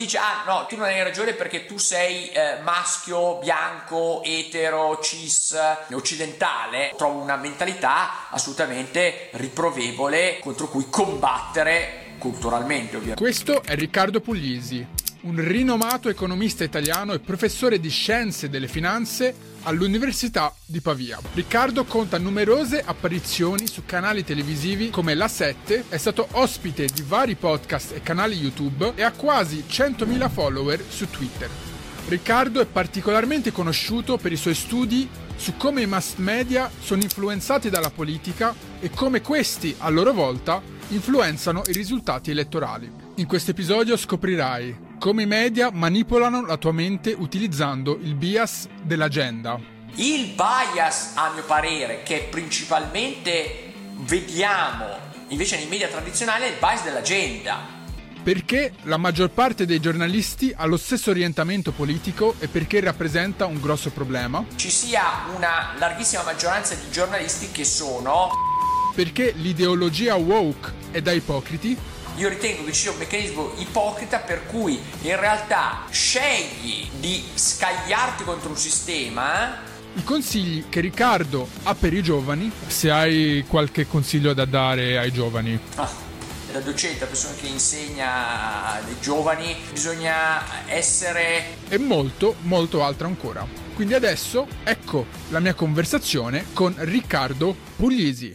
Dice, ah no, tu non hai ragione perché tu sei maschio, bianco, etero, cis, occidentale. Trovo una mentalità assolutamente riprovevole contro cui combattere culturalmente, ovviamente. Questo è Riccardo Puglisi, un rinomato economista italiano e professore di scienze delle finanze all'Università di Pavia. Riccardo conta numerose apparizioni su canali televisivi come La 7, è stato ospite di vari podcast e canali YouTube e ha quasi 100.000 follower su Twitter. Riccardo è particolarmente conosciuto per i suoi studi su come i mass media sono influenzati dalla politica e come questi, a loro volta, influenzano i risultati elettorali. In questo episodio scoprirai come i media manipolano la tua mente utilizzando il bias dell'agenda. Il bias, a mio parere, che principalmente vediamo invece nei media tradizionali, è il bias dell'agenda. Perché la maggior parte dei giornalisti ha lo stesso orientamento politico e perché rappresenta un grosso problema. Ci sia una larghissima maggioranza di giornalisti che sono... Perché l'ideologia woke è da ipocriti. Io ritengo che ci sia un meccanismo ipocrita per cui in realtà scegli di scagliarti contro un sistema. I consigli che Riccardo ha per i giovani. Se hai qualche consiglio da dare ai giovani. Da docente, da persona che insegna ai giovani, bisogna essere... E molto, molto altro ancora. Quindi adesso, ecco la mia conversazione con Riccardo Puglisi.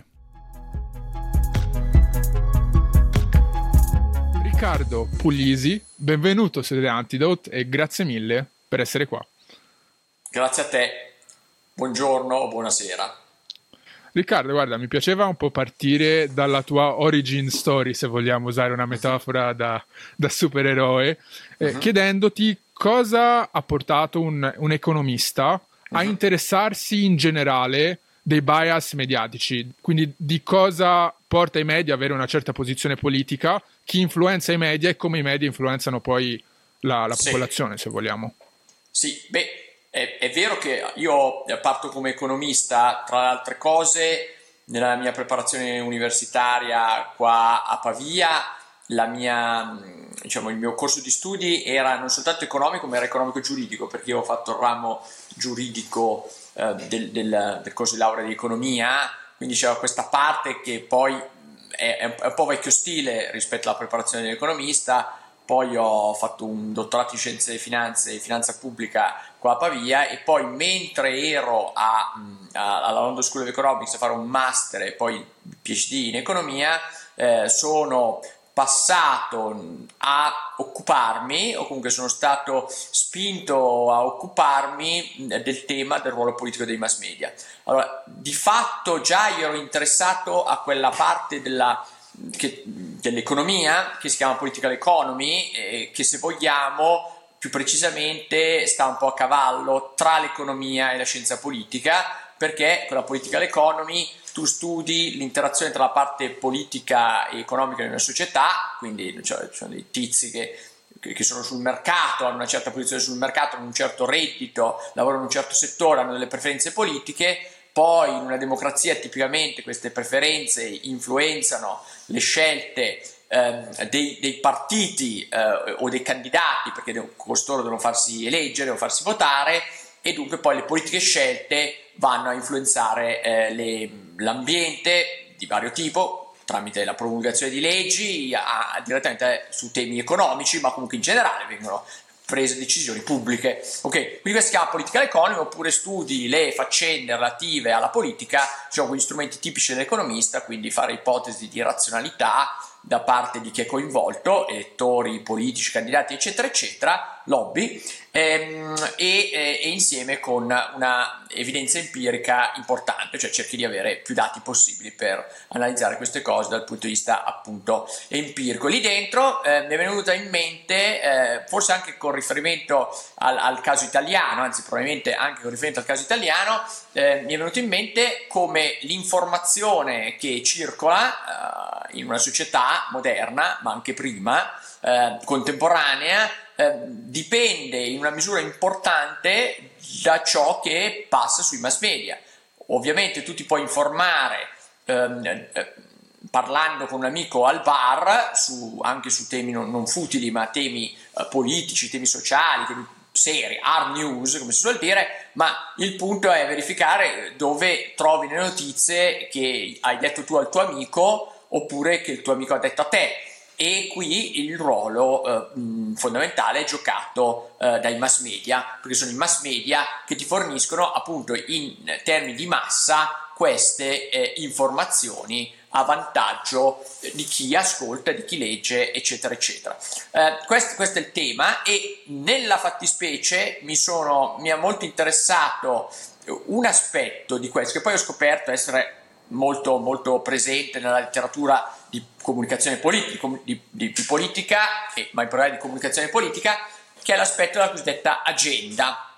Riccardo Puglisi, benvenuto su The Antidote e grazie mille per essere qua. Grazie a te, buongiorno o buonasera. Riccardo, guarda, mi piaceva un po' partire dalla tua origin story, se vogliamo usare una metafora da supereroe, chiedendoti cosa ha portato un economista a interessarsi in generale dei bias mediatici, quindi di cosa porta i media ad avere una certa posizione politica, chi influenza i media e come i media influenzano poi la popolazione, se vogliamo. Sì, beh, è vero che io parto come economista, tra le altre cose, nella mia preparazione universitaria qua a Pavia, il mio corso di studi era non soltanto economico, ma era economico-giuridico, perché io ho fatto il ramo giuridico del corso di laurea di economia, quindi c'era questa parte che poi è un po' vecchio stile rispetto alla preparazione dell'economista. Poi ho fatto un dottorato in scienze delle finanze e finanza pubblica qua a Pavia e poi mentre ero alla London School of Economics a fare un master e poi PhD in economia, sono passato a occuparmi, o comunque sono stato spinto a occuparmi del tema del ruolo politico dei mass media. Allora, di fatto già io ero interessato a quella parte dell'economia che si chiama political economy, che se vogliamo più precisamente sta un po' a cavallo tra l'economia e la scienza politica, perché con la political economy tu studi l'interazione tra la parte politica e economica di una società, quindi ci sono dei tizi che sono sul mercato, hanno una certa posizione sul mercato, hanno un certo reddito, lavorano in un certo settore, hanno delle preferenze politiche. Poi in una democrazia tipicamente queste preferenze influenzano le scelte dei partiti o dei candidati, perché costoro devono farsi eleggere, devono farsi votare, e dunque poi le politiche scelte vanno a influenzare l'ambiente di vario tipo tramite la promulgazione di leggi direttamente su temi economici, ma comunque in generale vengono prese decisioni pubbliche. Ok, quindi questo si chiama political economy, oppure studi le faccende relative alla politica, cioè quegli strumenti tipici dell'economista, quindi fare ipotesi di razionalità da parte di chi è coinvolto, elettori, politici, candidati, eccetera, eccetera, lobby, e insieme con una evidenza empirica importante, cioè cerchi di avere più dati possibili per analizzare queste cose dal punto di vista appunto empirico. Lì dentro mi è venuta in mente, forse anche con riferimento al caso italiano, anzi probabilmente anche con riferimento al caso italiano, mi è venuto in mente come l'informazione che circola in una società moderna, ma anche prima, contemporanea, dipende in una misura importante da ciò che passa sui mass media. Ovviamente tu ti puoi informare parlando con un amico al bar, anche su temi non futili, ma temi politici, temi sociali, temi seri, hard news, come si suol dire, ma il punto è verificare dove trovi le notizie che hai detto tu al tuo amico oppure che il tuo amico ha detto a te. E qui il ruolo fondamentale è giocato dai mass media, perché sono i mass media che ti forniscono appunto in termini di massa queste informazioni a vantaggio di chi ascolta, di chi legge, eccetera eccetera. Questo è il tema, e nella fattispecie mi ha molto interessato un aspetto di questo che poi ho scoperto essere molto molto presente nella letteratura di comunicazione politica, di politica, ma in particolare di comunicazione politica, che è l'aspetto della cosiddetta agenda,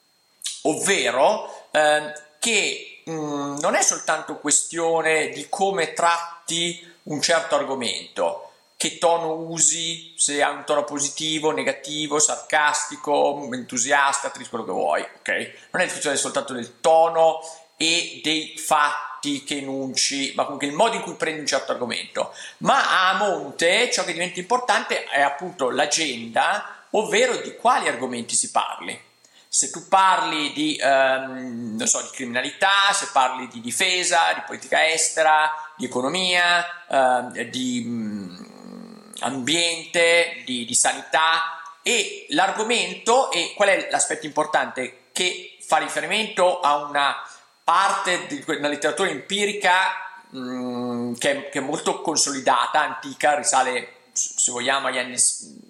ovvero che non è soltanto questione di come tratti un certo argomento, che tono usi, se ha un tono positivo, negativo, sarcastico, entusiasta, triste, quello che vuoi, ok? Non è questione soltanto del tono e dei fatti che enunci, ma comunque il modo in cui prendi un certo argomento. Ma a monte ciò che diventa importante è appunto l'agenda, ovvero di quali argomenti si parli. Se tu parli di criminalità, se parli di difesa, di politica estera, di economia, di ambiente, di sanità, e l'argomento, e qual è l'aspetto importante? Che fa riferimento a una parte della letteratura empirica che è molto consolidata, antica, risale, se vogliamo, agli anni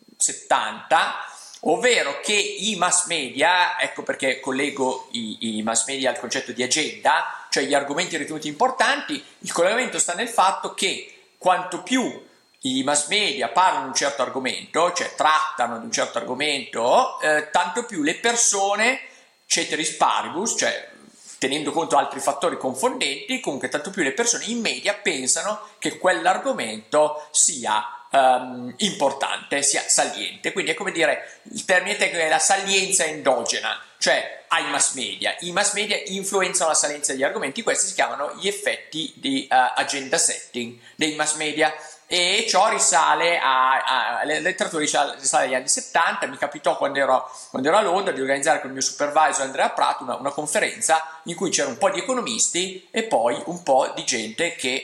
70, ovvero che i mass media, ecco perché collego i mass media al concetto di agenda, cioè gli argomenti ritenuti importanti. Il collegamento sta nel fatto che quanto più i mass media parlano di un certo argomento, cioè trattano di un certo argomento, tanto più le persone, ceteris paribus, cioè tenendo conto altri fattori confondenti, comunque tanto più le persone in media pensano che quell'argomento sia importante, sia saliente. Quindi è come dire, il termine tecnico è la salienza endogena, cioè ai mass media. I mass media influenzano la salienza degli argomenti, questi si chiamano gli effetti di agenda setting dei mass media. E ciò risale alla letteratura, risale agli anni 70. Mi capitò quando ero a Londra di organizzare con il mio supervisor Andrea Prato una conferenza in cui c'era un po' di economisti e poi un po' di gente che,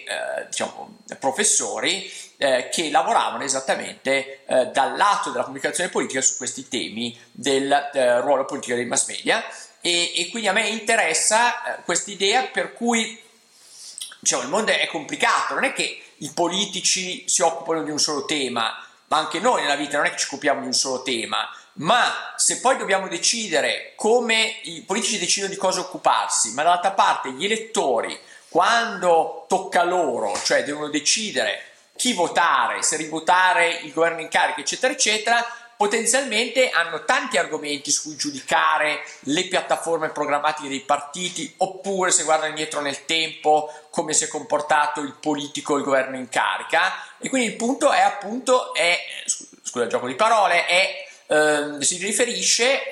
professori, che lavoravano esattamente dal lato della comunicazione politica su questi temi del ruolo politico dei mass media, e quindi a me interessa questa idea per cui il mondo è complicato, non è che i politici si occupano di un solo tema, ma anche noi nella vita non è che ci occupiamo di un solo tema, ma se poi dobbiamo decidere come i politici decidono di cosa occuparsi, ma dall'altra parte gli elettori, quando tocca loro, cioè devono decidere chi votare, se rivotare il governo in carica, eccetera eccetera, potenzialmente hanno tanti argomenti su cui giudicare le piattaforme programmatiche dei partiti, oppure se guardano indietro nel tempo come si è comportato il politico, il governo in carica. E quindi il punto è appunto, scusa il gioco di parole, si riferisce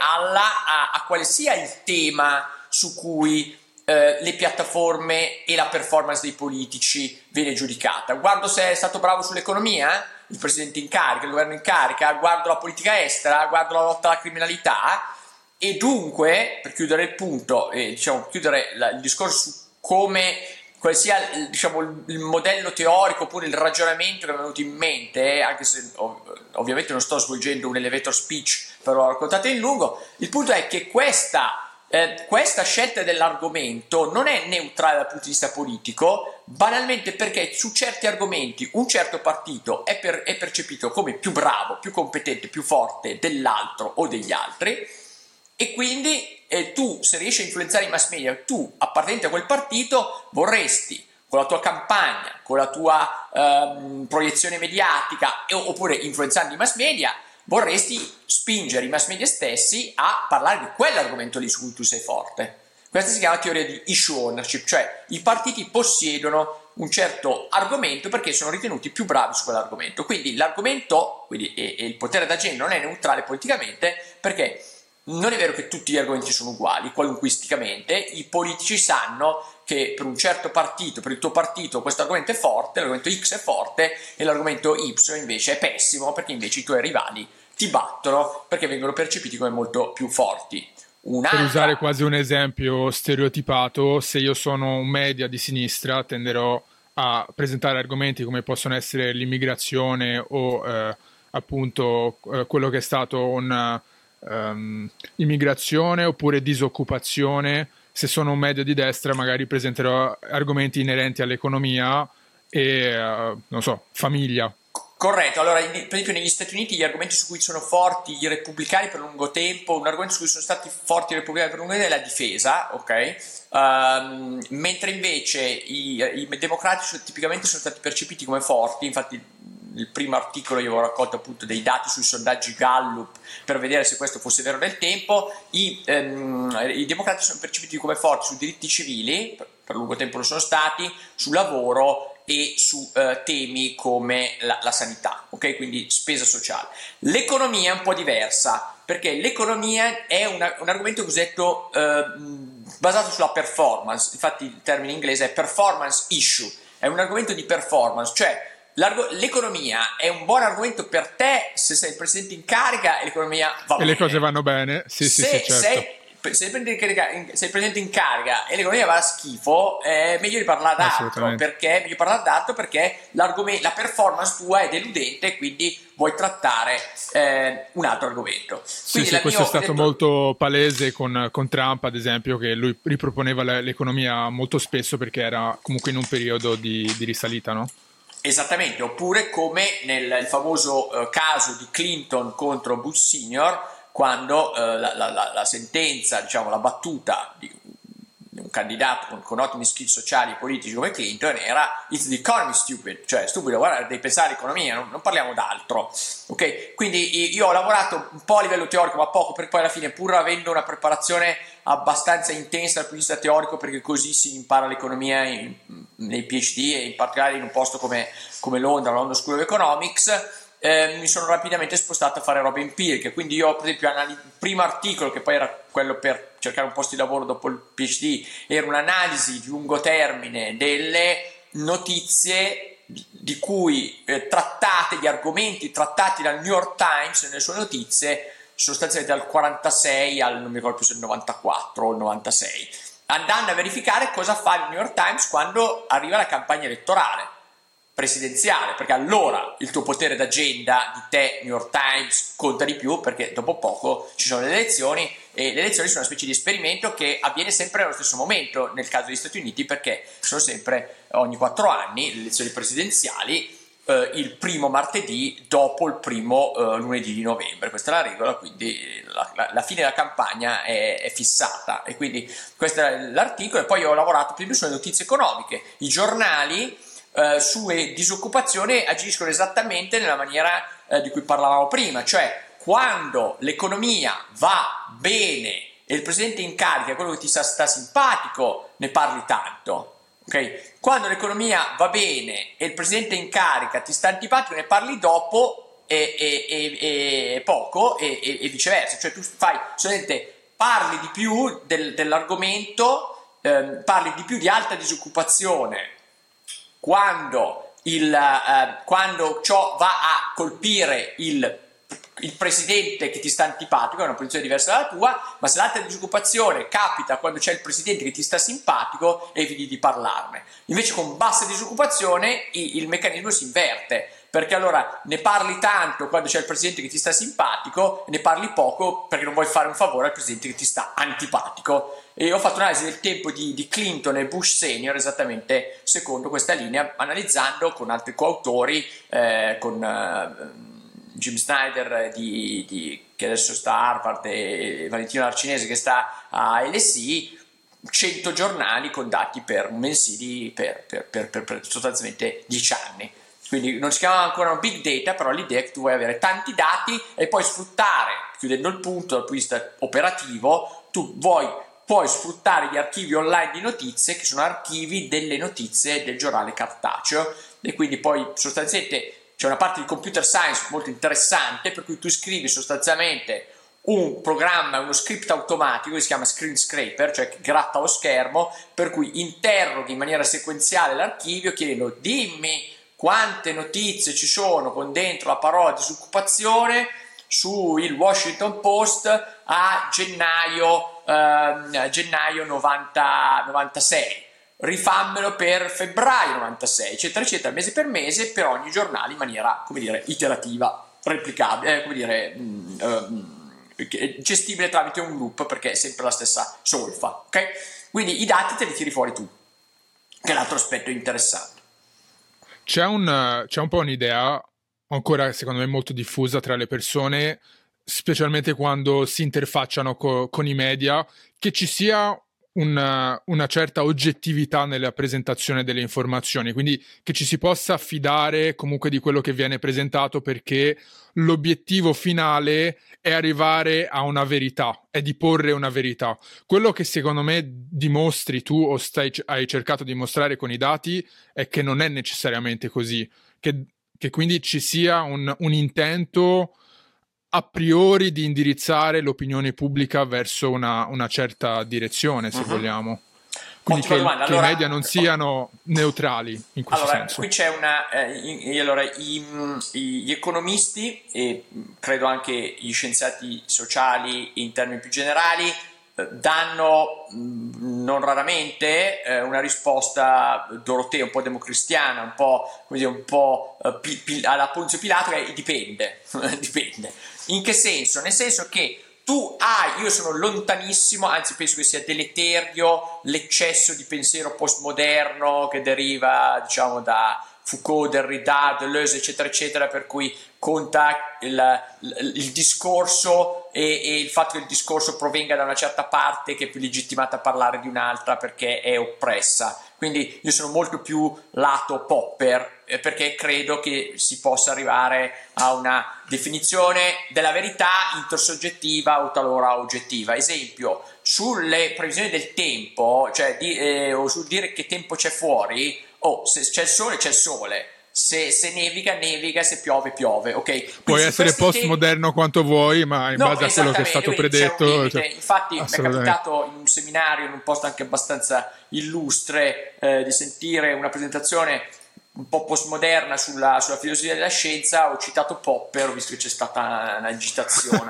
a quale sia il tema su cui le piattaforme e la performance dei politici viene giudicata. Guardo se è stato bravo sull'economia il presidente in carica, il governo in carica, guardo la politica estera, guardo la lotta alla criminalità. E dunque, per chiudere il punto, chiudere il discorso su quale sia il modello teorico oppure il ragionamento che mi è venuto in mente, anche se ovviamente non sto svolgendo un elevator speech, però raccontate in lungo, il punto è che questa scelta dell'argomento non è neutrale dal punto di vista politico, banalmente perché su certi argomenti un certo partito è percepito come più bravo, più competente, più forte dell'altro o degli altri, e quindi tu, se riesci a influenzare i mass media, tu appartenente a quel partito vorresti, con la tua campagna, con la tua proiezione mediatica, oppure influenzando i mass media, vorresti spingere i mass media stessi a parlare di quell'argomento lì su cui tu sei forte. Questa si chiama teoria di issue ownership, cioè i partiti possiedono un certo argomento perché sono ritenuti più bravi su quell'argomento. Quindi l'argomento e il potere d'agenda non è neutrale politicamente, perché Non è vero che tutti gli argomenti sono uguali, qualunquisticamente. I politici sanno che per un certo partito, per il tuo partito, questo argomento è forte, l'argomento X è forte e l'argomento Y invece è pessimo, perché invece i tuoi rivali ti battono perché vengono percepiti come molto più forti. Per usare Un'altra. quasi un esempio stereotipato, se io sono un media di sinistra, tenderò a presentare argomenti come possono essere l'immigrazione o appunto quello che è stato un immigrazione oppure disoccupazione. Se sono un media di destra, magari presenterò argomenti inerenti all'economia e non so, famiglia. Corretto, allora per esempio negli Stati Uniti gli argomenti su cui sono forti i repubblicani per lungo tempo, un argomento su cui sono stati forti i repubblicani per lungo tempo è la difesa, ok? Mentre invece i democratici tipicamente sono stati percepiti come forti, infatti nel primo articolo io avevo raccolto appunto dei dati sui sondaggi Gallup per vedere se questo fosse vero nel tempo, i democratici sono percepiti come forti sui diritti civili, per lungo tempo lo sono stati, sul lavoro e su temi come la sanità, ok? Quindi spesa sociale. L'economia è un po' diversa, perché l'economia è un argomento cosiddetto basato sulla performance, infatti il termine inglese è performance issue, è un argomento di performance, cioè l'economia è un buon argomento per te se sei il presidente in carica e l'economia va E bene. le cose vanno bene? Sì, sì, sì, certo. Se il presidente in carica e l'economia va a schifo, è meglio di parlare d'altro, Assolutamente. perché la performance tua è deludente e quindi vuoi trattare un altro argomento. Sì, Quindi sì, questo è stato detto, molto palese con Trump, ad esempio, che lui riproponeva l'economia molto spesso perché era comunque in un periodo di risalita, no? esattamente, oppure come nel famoso caso di Clinton contro Bush Senior, quando la sentenza, diciamo la battuta di un candidato con ottimi skill sociali e politici come Clinton era "It's the economy stupid", cioè stupido, guarda, devi pensare all'economia, non parliamo d'altro, ok? Quindi io ho lavorato un po' a livello teorico ma poco, perché poi alla fine, pur avendo una preparazione abbastanza intensa dal punto di vista teorico, perché così si impara l'economia nei PhD e in particolare in un posto come Londra, la London School of Economics, mi sono rapidamente spostato a fare robe empiriche. Quindi io, per esempio, il primo articolo, che poi era quello per cercare un posto di lavoro dopo il PhD, era un'analisi di lungo termine delle notizie di cui trattate, gli argomenti trattati dal New York Times nelle sue notizie, sostanzialmente dal 46 al, non mi ricordo più se il 94 o il 96, andando a verificare cosa fa il New York Times quando arriva la campagna elettorale presidenziale, perché allora il tuo potere d'agenda di te, New York Times, conta di più, perché dopo poco ci sono le elezioni e le elezioni sono una specie di esperimento che avviene sempre nello stesso momento nel caso degli Stati Uniti, perché sono sempre ogni 4 anni le elezioni presidenziali, il primo martedì dopo il primo lunedì di novembre. Questa è la regola, quindi la fine della campagna è fissata, e quindi questo è l'articolo. E poi ho lavorato prima sulle notizie economiche. I giornali su disoccupazione agiscono esattamente nella maniera di cui parlavamo prima, cioè quando l'economia va bene e il presidente in carica è quello che ti sta simpatico, ne parli tanto. Okay? Quando l'economia va bene e il presidente in carica ti sta antipatico, ne parli dopo e poco, e viceversa, cioè tu fai solamente parli di più dell'argomento, parli di più di alta disoccupazione quando ciò va a colpire il presidente che ti sta antipatico, è una posizione diversa dalla tua, ma se l'alta disoccupazione capita quando c'è il presidente che ti sta simpatico, eviti di parlarne. Invece con bassa disoccupazione il meccanismo si inverte, perché allora ne parli tanto quando c'è il presidente che ti sta simpatico e ne parli poco perché non vuoi fare un favore al presidente che ti sta antipatico. E ho fatto un'analisi del tempo di Clinton e Bush Senior esattamente secondo questa linea, analizzando con altri coautori, con Jim Snyder che adesso sta a Harvard, e Valentino Arcinese che sta a LSI, 100 giornali con dati per mensili per sostanzialmente 10 anni. Quindi non si chiama ancora un big data, però l'idea è che tu vuoi avere tanti dati e poi sfruttare, chiudendo il punto dal punto di vista operativo, puoi sfruttare gli archivi online di notizie, che sono archivi delle notizie del giornale cartaceo, e quindi poi sostanzialmente c'è una parte di computer science molto interessante, per cui tu scrivi sostanzialmente un programma, uno script automatico che si chiama screen scraper, cioè che gratta lo schermo, per cui interroghi in maniera sequenziale l'archivio chiedendo dimmi quante notizie ci sono con dentro la parola disoccupazione sul Washington Post a gennaio 96, rifammelo per febbraio 96, eccetera eccetera, mese per mese, per ogni giornale in maniera, come dire, iterativa, replicabile, come dire, gestibile tramite un loop, perché è sempre la stessa solfa, ok? Quindi i dati te li tiri fuori tu, che è l'altro aspetto interessante. C'è un po' un'idea, ancora secondo me molto diffusa tra le persone, specialmente quando si interfacciano con i media, che ci sia una certa oggettività nella presentazione delle informazioni, quindi che ci si possa fidare comunque di quello che viene presentato, perché l'obiettivo finale è arrivare a una verità, è di porre una verità. Quello che secondo me dimostri tu o hai cercato di dimostrare con i dati è che non è necessariamente così, che quindi ci sia un intento a priori di indirizzare l'opinione pubblica verso una certa direzione, se vogliamo. Quindi che i media non siano neutrali in questo senso. Qui c'è gli economisti e credo anche gli scienziati sociali in termini più generali danno non raramente una risposta dorotea, un po' democristiana, un po', come dire, un po' alla Ponzio Pilato, che dipende. Dipende. In che senso? Nel senso che io sono lontanissimo, anzi penso che sia deleterio l'eccesso di pensiero postmoderno che deriva, diciamo, da Foucault, Derrida, Deleuze, eccetera, eccetera, per cui conta il discorso e il fatto che il discorso provenga da una certa parte che è più legittimata a parlare di un'altra perché è oppressa. Quindi io sono molto più lato Popper, perché credo che si possa arrivare a una definizione della verità intersoggettiva o talora oggettiva. Esempio, sulle previsioni del tempo, cioè o sul dire che tempo c'è fuori, se c'è il sole c'è il sole, se nevica, se piove piove, ok? Puoi essere postmoderno quanto vuoi, ma in base a quello che è stato predetto. Infatti mi è capitato in un seminario, in un posto anche abbastanza illustre, di sentire una presentazione un po' postmoderna sulla filosofia della scienza. Ho citato Popper, ho visto che c'è stata un'agitazione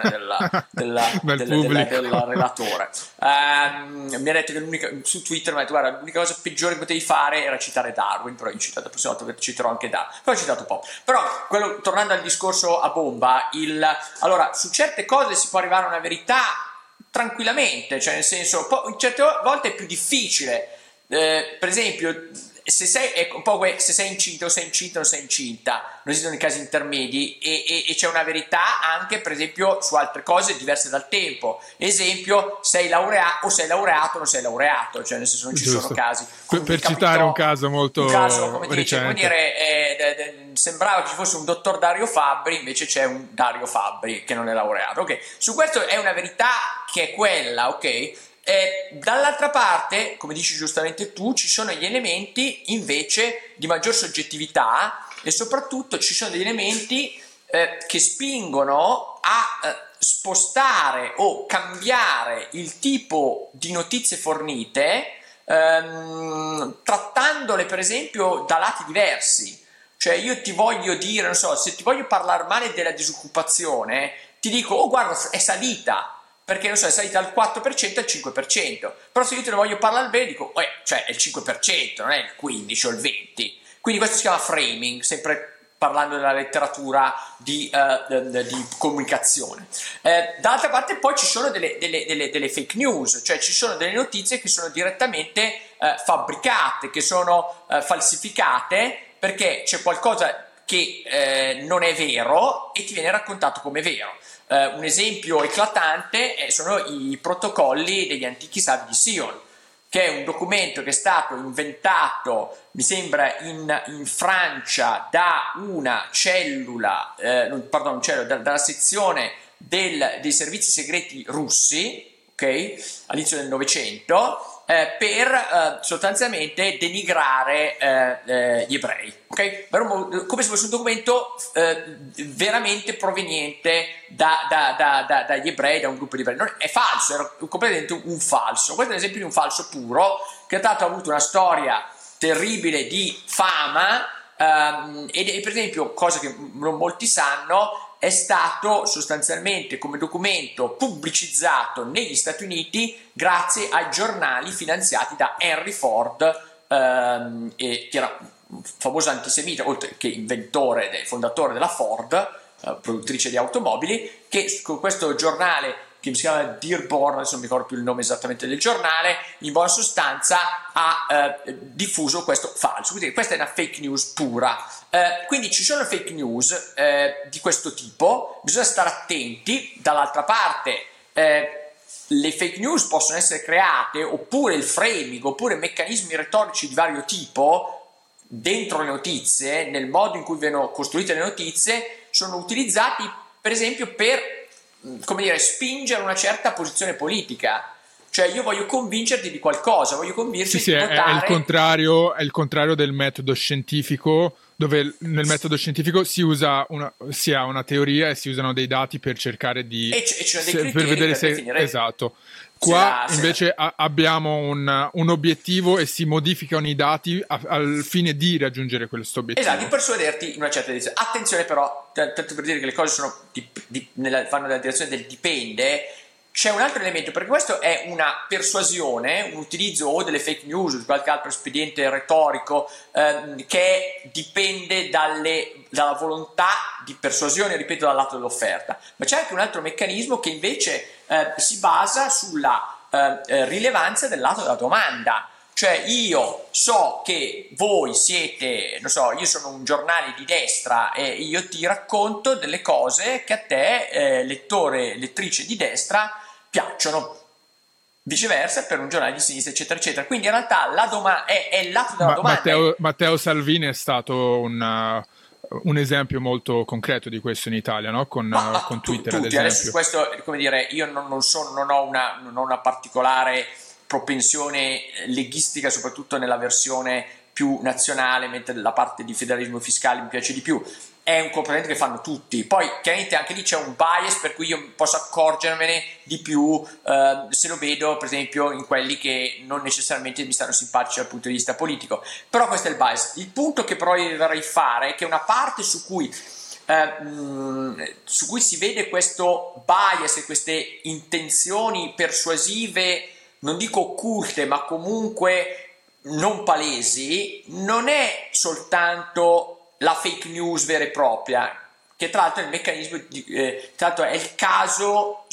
del relatore. Mi ha detto che su Twitter mi ha detto: guarda, l'unica cosa peggiore che potevi fare era citare Darwin, però io la prossima volta citerò anche Darwin, però ho citato Popper. Però tornando al discorso a bomba, allora su certe cose si può arrivare a una verità tranquillamente, cioè nel senso, certe volte è più difficile. Per esempio, se sei incinta o sei incinta o non sei incinta, non esistono i casi intermedi e c'è una verità anche, per esempio, su altre cose diverse dal tempo. Esempio, sei laureato o non sei laureato, cioè nel senso non ci sono casi. Per citare un caso molto recente. Come dire, sembrava che ci fosse un dottor Dario Fabbri, invece c'è un Dario Fabbri che non è laureato. Ok, su questo è una verità che è quella, ok? Dall'altra parte, come dici giustamente tu, ci sono gli elementi invece di maggior soggettività e soprattutto ci sono degli elementi che spingono a spostare o cambiare il tipo di notizie fornite, trattandole per esempio da lati diversi. Cioè io ti voglio dire, non so, se ti voglio parlare male della disoccupazione, ti dico: oh guarda, è salita, perché non so, è salita dal 4% al 5%, però se io te ne voglio parlare bene dico cioè è il 5%, non è il 15 o il 20. Quindi questo si chiama framing, sempre parlando della letteratura di comunicazione. Dall'altra parte poi ci sono delle fake news, cioè ci sono delle notizie che sono direttamente fabbricate, che sono falsificate, perché c'è qualcosa che non è vero e ti viene raccontato come vero. Un esempio eclatante sono i protocolli degli antichi savi di Sion, che è un documento che è stato inventato, mi sembra, in Francia da una cellula, dalla sezione dei servizi segreti russi, ok, all'inizio del Novecento, per sostanzialmente denigrare gli ebrei, ok? Come se fosse un documento veramente proveniente dagli ebrei, da un gruppo di ebrei. È falso, era completamente un falso. Questo è un esempio di un falso puro, che tra l'altro ha avuto una storia terribile di fama, e per esempio, cosa che non molti sanno, è stato sostanzialmente come documento pubblicizzato negli Stati Uniti grazie ai giornali finanziati da Henry Ford, che era un famoso antisemita, oltre che fondatore della Ford, produttrice di automobili, che con questo giornale che si chiama Dearborn, adesso non mi ricordo più il nome esattamente del giornale, in buona sostanza ha diffuso questo falso. Quindi questa è una fake news pura. Quindi ci sono fake news di questo tipo, bisogna stare attenti. Dall'altra parte le fake news possono essere create, oppure il framing, oppure meccanismi retorici di vario tipo dentro le notizie, nel modo in cui vengono costruite le notizie, sono utilizzati per esempio per, come dire, spingere una certa posizione politica. Cioè io voglio convincerti di qualcosa, voglio convincerti di votare. È il contrario del metodo scientifico, dove nel metodo scientifico si ha una teoria e si usano dei dati per cercare di per vedere se definire. Esatto. Qua invece abbiamo un obiettivo e si modificano i dati al fine di raggiungere questo obiettivo. Esatto, di persuaderti in una certa direzione. Attenzione però, tanto per dire che le cose sono vanno nella direzione del dipende, c'è un altro elemento, perché questo è una persuasione, un utilizzo o delle fake news o di qualche altro espediente retorico che dipende dalla volontà di persuasione, ripeto, dal lato dell'offerta. Ma c'è anche un altro meccanismo che invece si basa sulla rilevanza del lato della domanda. Cioè io so che voi siete, non so, io sono un giornale di destra e io ti racconto delle cose che a te, lettore, lettrice di destra, piacciono. Viceversa per un giornale di sinistra, eccetera, eccetera. Quindi in realtà è il lato della domanda. Matteo Salvini è stato un esempio molto concreto di questo in Italia, no? Con Twitter, ad esempio. Adesso questo, come dire, io non ho una particolare propensione leghistica, soprattutto nella versione più nazionale, mentre la parte di federalismo fiscale mi piace di più. È un componente che fanno tutti. Poi chiaramente anche lì c'è un bias per cui io posso accorgermene di più se lo vedo per esempio in quelli che non necessariamente mi stanno simpatici dal punto di vista politico. Però questo è il bias. Il punto che però io vorrei fare è che una parte su cui si vede questo bias e queste intenzioni persuasive, non dico occulte, ma comunque non palesi, non è soltanto la fake news vera e propria, che tra l'altro è il meccanismo tra l'altro è il caso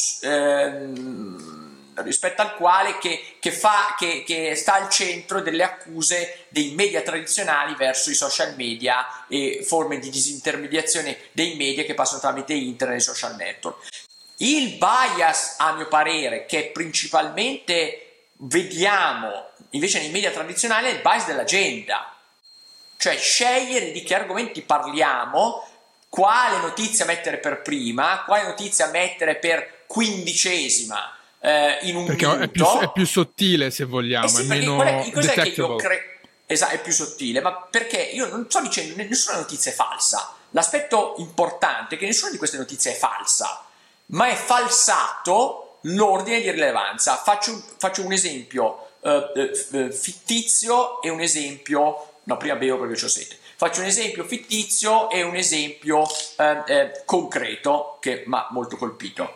rispetto al quale che sta al centro delle accuse dei media tradizionali verso i social media e forme di disintermediazione dei media che passano tramite internet e social network. Il bias, a mio parere, che principalmente vediamo invece nei media tradizionali, è il bias dell'agenda. Cioè scegliere di che argomenti parliamo, quale notizia mettere per prima, quale notizia mettere per quindicesima in un perché minuto. È più sottile, se vogliamo, sì, è meno detectable. Esatto, è più sottile, ma perché io non sto dicendo che nessuna notizia è falsa. L'aspetto importante è che nessuna di queste notizie è falsa, ma è falsato l'ordine di rilevanza. Faccio un esempio fittizio e un esempio. No, prima bevo perché ho sete. Faccio un esempio fittizio e un esempio concreto che mi ha molto colpito.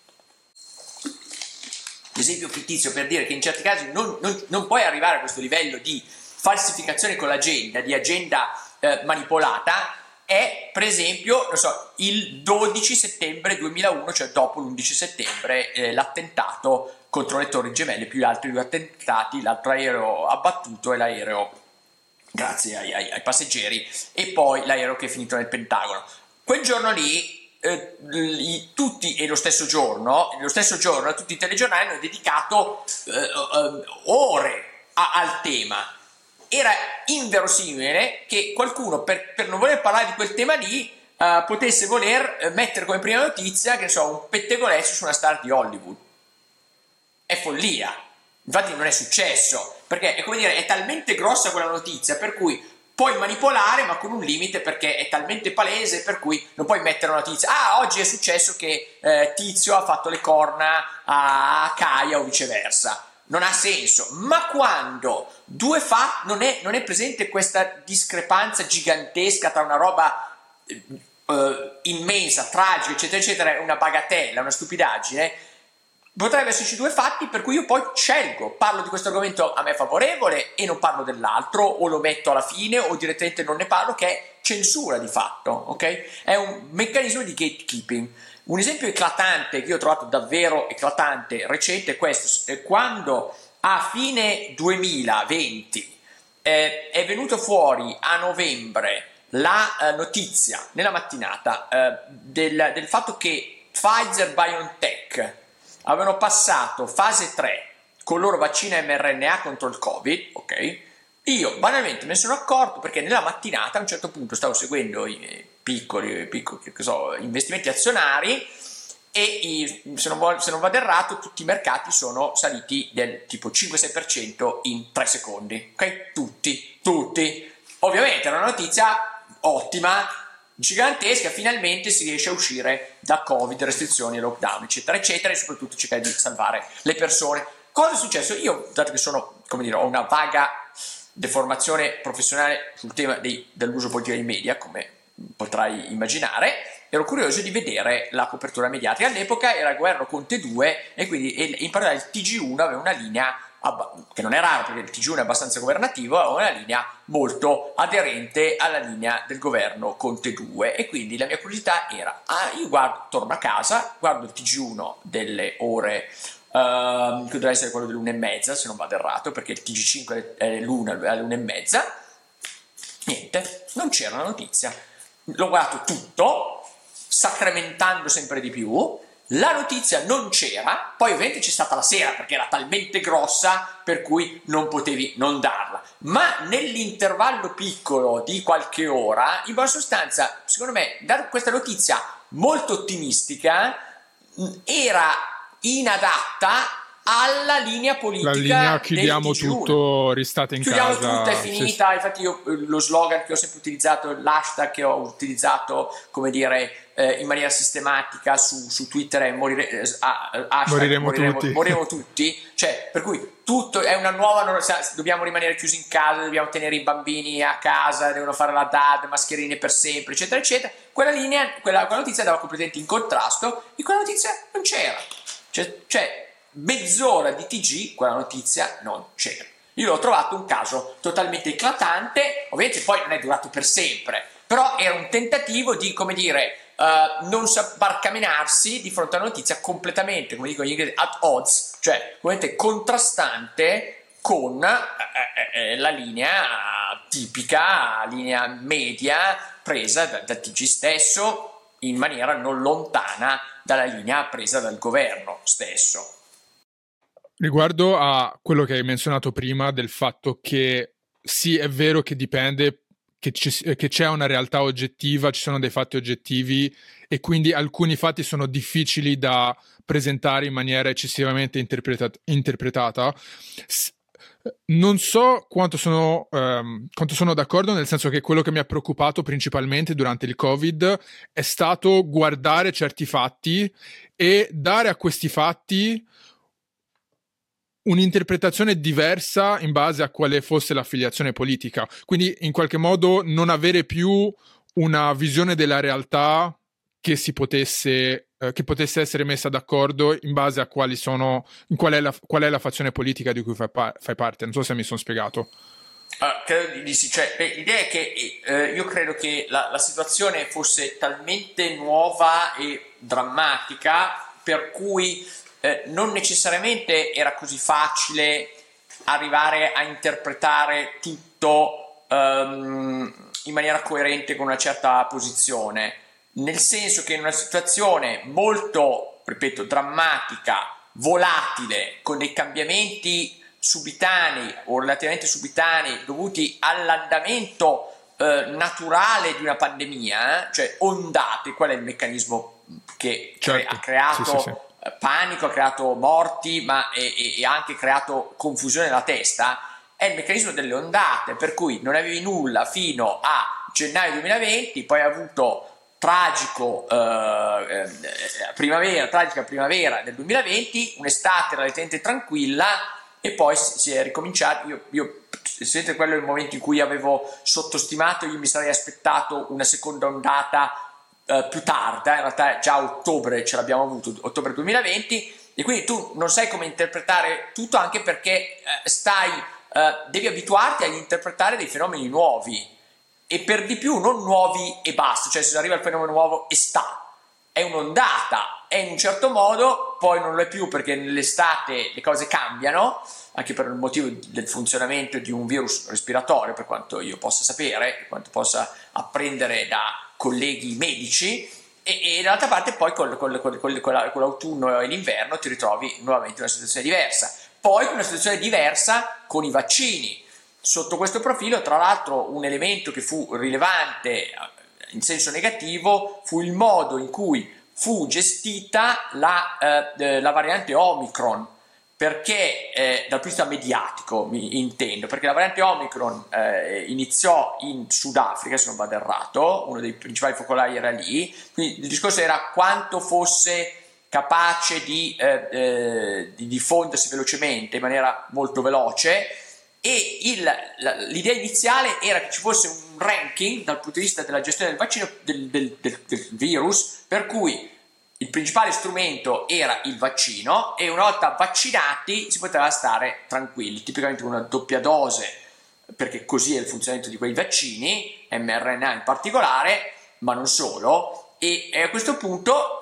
L'esempio fittizio per dire che in certi casi non puoi arrivare a questo livello di falsificazione con l'agenda, di agenda manipolata, è per esempio, non so, il 12 settembre 2001, cioè dopo l'11 settembre, l'attentato contro le Torri Gemelle, più gli altri due attentati, l'altro aereo abbattuto e l'aereo grazie ai passeggeri, e poi l'aereo che è finito nel Pentagono. Quel giorno lì tutti, e lo stesso giorno tutti i telegiornali hanno dedicato ore al tema. Era inverosimile che qualcuno per non voler parlare di quel tema lì potesse voler mettere come prima notizia, che ne so, un pettegolezzo su una star di Hollywood. È follia. Infatti non è successo, perché è come dire, è talmente grossa quella notizia per cui puoi manipolare ma con un limite, perché è talmente palese per cui non puoi mettere una notizia: ah, oggi è successo che Tizio ha fatto le corna a Caia o viceversa. Non ha senso. Ma quando due fatti, non è presente questa discrepanza gigantesca tra una roba immensa, tragica, eccetera eccetera, una bagatella, una stupidaggine, potrebbe esserci due fatti per cui io poi scelgo, parlo di questo argomento a me favorevole e non parlo dell'altro, o lo metto alla fine o direttamente non ne parlo, che è censura di fatto, ok? È un meccanismo di gatekeeping. Un esempio eclatante che io ho trovato davvero eclatante, recente, è questo: è quando a fine 2020 è venuto fuori a novembre la notizia nella mattinata del fatto che Pfizer BioNTech avevano passato fase 3 con il loro vaccino mRNA contro il Covid, ok? Io banalmente me ne sono accorto perché nella mattinata a un certo punto stavo seguendo i piccoli che so, investimenti azionari e se non vado errato tutti i mercati sono saliti del tipo 5-6% in 3 secondi, ok? Tutti. Ovviamente era una notizia ottima, gigantesca, finalmente si riesce a uscire da Covid, restrizioni, lockdown, eccetera, eccetera, e soprattutto cercare di salvare le persone. Cosa è successo? Io, dato che sono, come dire, ho una vaga deformazione professionale sul tema dell'uso politico dei media, come potrai immaginare, ero curioso di vedere la copertura mediatica. All'epoca era il governo Conte 2 e quindi in particolare il TG1 aveva una linea che non è raro perché il TG1 è abbastanza governativo, aveva una linea molto aderente alla linea del governo Conte 2 e quindi la mia curiosità era: io torno a casa, guardo il TG1 delle ore che dovrebbe essere quello dell'1:30 se non vado errato, perché il TG5 è alle 1:30, niente, non c'era una notizia. L'ho guardato tutto, sacramentando sempre di più. La notizia non c'era, poi ovviamente c'è stata la sera perché era talmente grossa per cui non potevi non darla, ma nell'intervallo piccolo di qualche ora, in buona sostanza, secondo me, dare questa notizia molto ottimistica era inadatta alla linea politica. La linea chiudiamo tutto, ristate in chiudiamo casa. Chiudiamo tutto, è finita. Sì. Infatti io lo slogan che ho sempre utilizzato, l'hashtag che ho utilizzato, come dire, in maniera sistematica su Twitter è moriremo tutti, cioè per cui tutto è una nuova, dobbiamo rimanere chiusi in casa, dobbiamo tenere i bambini a casa, devono fare la DAD, mascherine per sempre, eccetera eccetera. Quella notizia andava completamente in contrasto e quella notizia non c'era, cioè mezz'ora di TG quella notizia non c'era. Io l'ho trovato un caso totalmente eclatante, ovviamente poi non è durato per sempre, però era un tentativo di, come dire, non barcamenarsi di fronte a una notizia completamente, come dicono gli inglesi, at odds, cioè completamente contrastante con la linea tipica, linea media presa dal TG stesso, in maniera non lontana dalla linea presa dal governo stesso. Riguardo a quello che hai menzionato prima del fatto che sì, è vero che dipende, che c'è una realtà oggettiva, ci sono dei fatti oggettivi e quindi alcuni fatti sono difficili da presentare in maniera eccessivamente interpretata. Non so quanto sono d'accordo, nel senso che quello che mi ha preoccupato principalmente durante il Covid è stato guardare certi fatti e dare a questi fatti un'interpretazione diversa in base a quale fosse l'affiliazione politica, quindi in qualche modo non avere più una visione della realtà che potesse essere messa d'accordo in base a qual è la fazione politica di cui fai parte. Non so se mi sono spiegato. Credo di sì, cioè, l'idea è che io credo che la situazione fosse talmente nuova e drammatica per cui non necessariamente era così facile arrivare a interpretare tutto in maniera coerente con una certa posizione, nel senso che in una situazione molto, ripeto, drammatica, volatile, con dei cambiamenti subitanei o relativamente subitanei dovuti all'andamento naturale di una pandemia, cioè ondate, qual è il meccanismo che ha creato panico, ha creato morti, ma e ha anche creato confusione nella testa, è il meccanismo delle ondate, per cui non avevi nulla fino a gennaio 2020, poi hai avuto tragica primavera del 2020, un'estate relativamente tranquilla, e poi si è ricominciato. Io sente, quello è il momento in cui avevo sottostimato, io mi sarei aspettato una seconda ondata più tarda, in realtà già a ottobre ce l'abbiamo avuto, ottobre 2020, e quindi tu non sai come interpretare tutto, anche perché devi abituarti ad interpretare dei fenomeni nuovi, e per di più non nuovi e basta, cioè se arriva il fenomeno nuovo e è un'ondata, è in un certo modo, poi non lo è più, perché nell'estate le cose cambiano, anche per il motivo del funzionamento di un virus respiratorio, per quanto io possa sapere, per quanto possa apprendere da colleghi medici, e dall'altra parte poi con l'autunno e l'inverno ti ritrovi nuovamente in una situazione diversa, poi una situazione diversa con i vaccini. Sotto questo profilo, tra l'altro, un elemento che fu rilevante in senso negativo fu il modo in cui fu gestita la variante Omicron, perché dal punto di vista mediatico mi intendo, perché la variante Omicron iniziò in Sudafrica, se non vado errato, uno dei principali focolai era lì, quindi il discorso era quanto fosse capace di diffondersi velocemente, in maniera molto veloce, e l'idea iniziale era che ci fosse un ranking dal punto di vista della gestione del vaccino del virus, per cui il principale strumento era il vaccino, e una volta vaccinati si poteva stare tranquilli, tipicamente una doppia dose, perché così è il funzionamento di quei vaccini, mRNA in particolare, ma non solo, e a questo punto